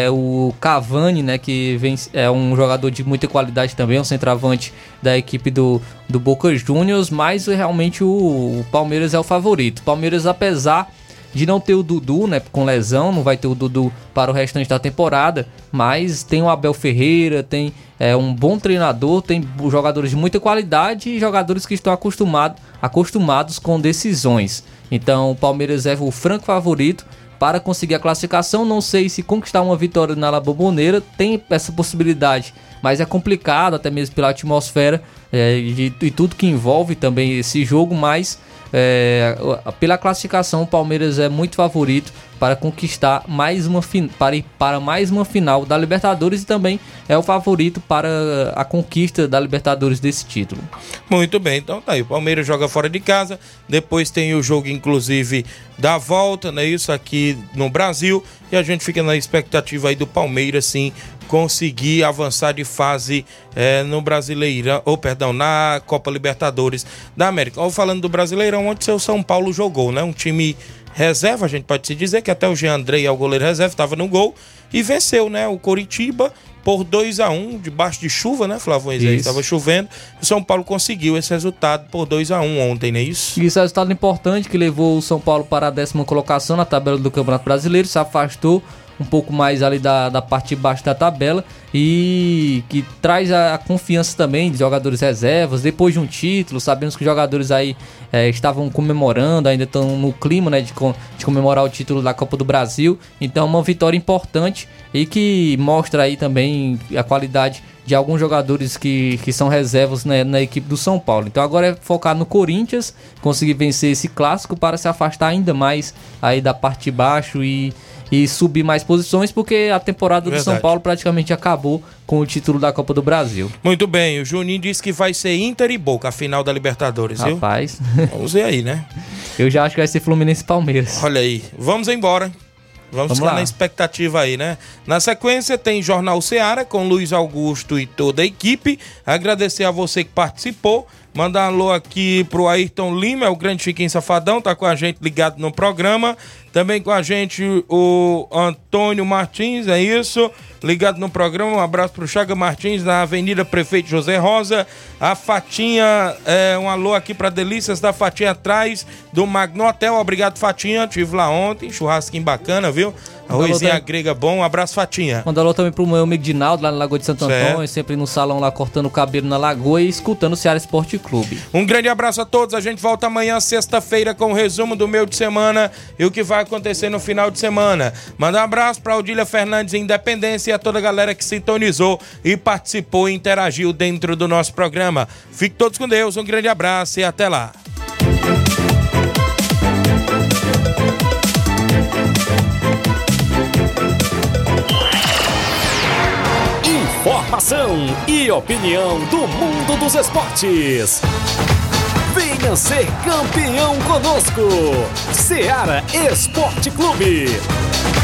o Cavani, né, que é um jogador de muita qualidade também, um centroavante da equipe do Boca Juniors, mas realmente o Palmeiras é o favorito. Palmeiras, apesar de não ter o Dudu, né, com lesão, não vai ter o Dudu para o restante da temporada, mas tem o Abel Ferreira, tem um bom treinador, tem jogadores de muita qualidade e jogadores que estão acostumados com decisões. Então o Palmeiras é o franco favorito para conseguir a classificação. Não sei se conquistar uma vitória na La Bombonera, tem essa possibilidade, mas é complicado, até mesmo pela atmosfera e tudo que envolve também esse jogo, mas pela classificação o Palmeiras é muito favorito para conquistar para mais uma final da Libertadores e também é o favorito para a conquista da Libertadores desse título. Muito bem, então tá aí, o Palmeiras joga fora de casa, depois tem o jogo inclusive da volta, né, isso aqui no Brasil, e a gente fica na expectativa aí do Palmeiras sim conseguir avançar de fase no Brasileirão, na Copa Libertadores da América. Ou falando do Brasileirão, onde seu São Paulo jogou, né? Um time reserva, a gente pode se dizer que até o Jean Andrei, o goleiro reserva, estava no gol e venceu, né? O Coritiba por 2-1, debaixo de chuva, né, Flávio? Estava chovendo. O São Paulo conseguiu esse resultado por 2-1 ontem, não é isso? Isso é um resultado importante que levou o São Paulo para a 10ª colocação na tabela do Campeonato Brasileiro, se afastou um pouco mais ali da parte de baixo da tabela e que traz a confiança também de jogadores reservas, depois de um título. Sabemos que os jogadores aí estavam comemorando, ainda estão no clima, né, de comemorar o título da Copa do Brasil, então uma vitória importante e que mostra aí também a qualidade de alguns jogadores que são reservas, né, na equipe do São Paulo. Então agora é focar no Corinthians, conseguir vencer esse clássico para se afastar ainda mais aí da parte de baixo e subir mais posições, porque a temporada do São Paulo praticamente acabou com o título da Copa do Brasil. Muito bem, o Juninho disse que vai ser Inter e Boca a final da Libertadores, viu? Rapaz. Vamos ver aí, né? Eu já acho que vai ser Fluminense e Palmeiras. Olha aí, vamos embora. Vamos ficar na expectativa aí, né? Na sequência tem Jornal Seara com Luiz Augusto e toda a equipe. Agradecer a você que participou. Mandar um alô aqui pro Ayrton Lima, é o grande Chiquinho Safadão, tá com a gente ligado no programa. Também com a gente o Antônio Martins, é isso, ligado no programa. Um abraço pro Chaga Martins, na Avenida Prefeito José Rosa. A Fatinha, um alô aqui pra Delícias da Fatinha, atrás do Magno Hotel. Obrigado, Fatinha, estive lá ontem, churrasquinho bacana, viu? Arrozinho grega bom, um abraço, Fatinha. Manda alô também pro meu amigo Dinaldo, lá na Lagoa de Santo Antônio, sempre no salão lá cortando o cabelo na Lagoa e escutando o Ceará Esporte Clube. Um grande abraço a todos, a gente volta amanhã, sexta-feira, com o resumo do meio de semana e o que vai acontecer no final de semana. Manda um abraço pra Odília Fernandes em Independência e a toda a galera que sintonizou e participou e interagiu dentro do nosso programa. Fique todos com Deus, um grande abraço e até lá. Informação e opinião do mundo dos esportes. Venha ser campeão conosco. Ceará Esporte Clube.